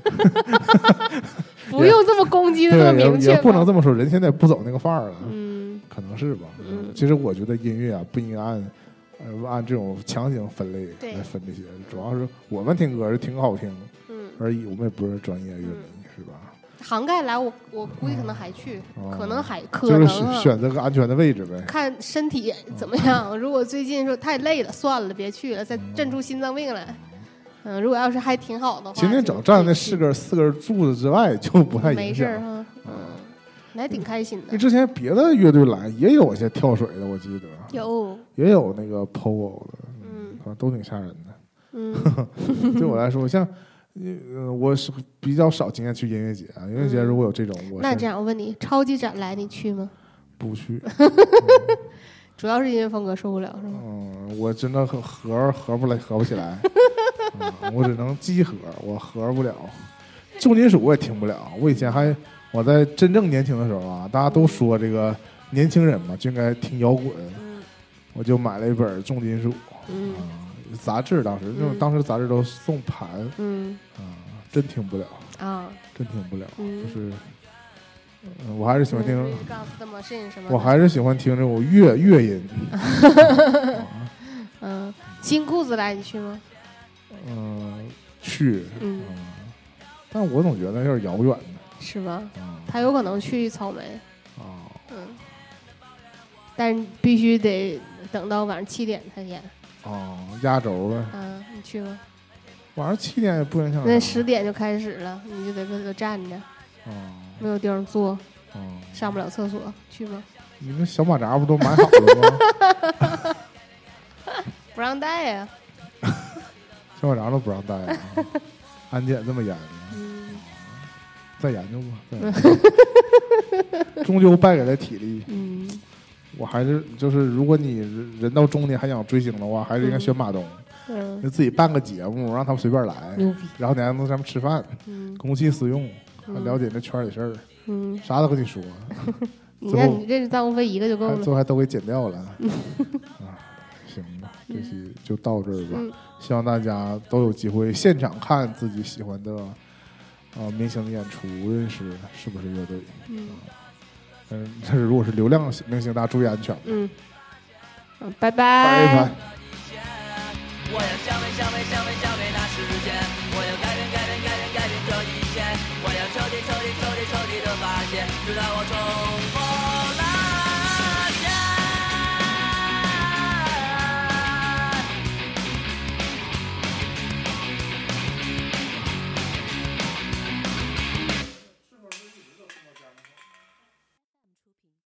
不用这么攻击的这么明确， 也不能这么说，人现在不走那个范儿了， 嗯， 可能是吧。 嗯， 其实我觉得音乐啊，不应该按呃按这种强行分类来分这些，主要是我们听歌是听好听，嗯而已，我们也不是专业乐迷，嗯、是吧？ 杭盖来我，我估计可能还去， 嗯、 可能还可能、啊、 就是选择个安全的位置呗， 看身体怎么样。嗯、如果最近说太累了，算了，别去了，再震出心脏病来。嗯，如果要是还挺好的话， 今天整站那四根四根柱子之外就不太影响， 没事哈。嗯，你还挺开心的。 你之前别的乐队来也有一些跳水的，我记得有， 也有那个 P O 的， 嗯， 都挺吓人的。 嗯， 对我来说，像。呃，我是比较少经验去音乐节啊。音乐节如果有这种， 嗯、 我那这样我问你，超级展来你去吗？ 不去， 嗯、主要是音乐风格受不了是吗？ 嗯，我真的合合合不来，合不起来，嗯、我只能激合，我合不了。重金属我也听不了。我以前还我在真正年轻的时候啊，大家都说这个年轻人嘛就应该听摇滚，嗯、我就买了一本重金属， 嗯。 啊杂志当时就是、嗯、当时杂志都送盘， 嗯啊，真听不了啊， 真听不了， 嗯、 就是，呃，我还是喜欢听， 嗯、 我还是喜欢听这种乐乐音。 嗯，新裤子来你去吗？ 嗯、呃，去， 嗯、 呃，但我总觉得有点遥远呢， 是吧？ 嗯、 他有可能去草莓， 哦， 嗯，但是必须得等到晚上七点才演。 哦，压轴呗。 嗯，你去吗？ 晚上七点也不影响。 那十点就开始了，你就得搁这站着。 哦。 没有地方坐。 哦。 上不了厕所，去吗？ 你们小马扎不都买好了吗？不让带呀、 啊。小马扎都不让带啊！安检这么严。 嗯。 再研究吧。终究败给了体力。 嗯。 我还是就是，如果你人到中年还想追星的话，还是应该选马东。 嗯， 就自己办个节目，让他们随便来，然后你还能在上面吃饭， 嗯， 公器私用，还了解那圈里事儿， 嗯， 啥都跟你说。 你看你这臧鸿飞一个就够了， 最后还都给剪掉了。啊，行吧，这期就到这儿吧。 嗯、 希望大家都有机会现场看自己喜欢的啊、呃、明星的演出，无论是是不是乐队。 嗯。 嗯，但是如果是流量明星，大家注意安全。 嗯，嗯，拜拜。 拜拜。 我要向北向北向北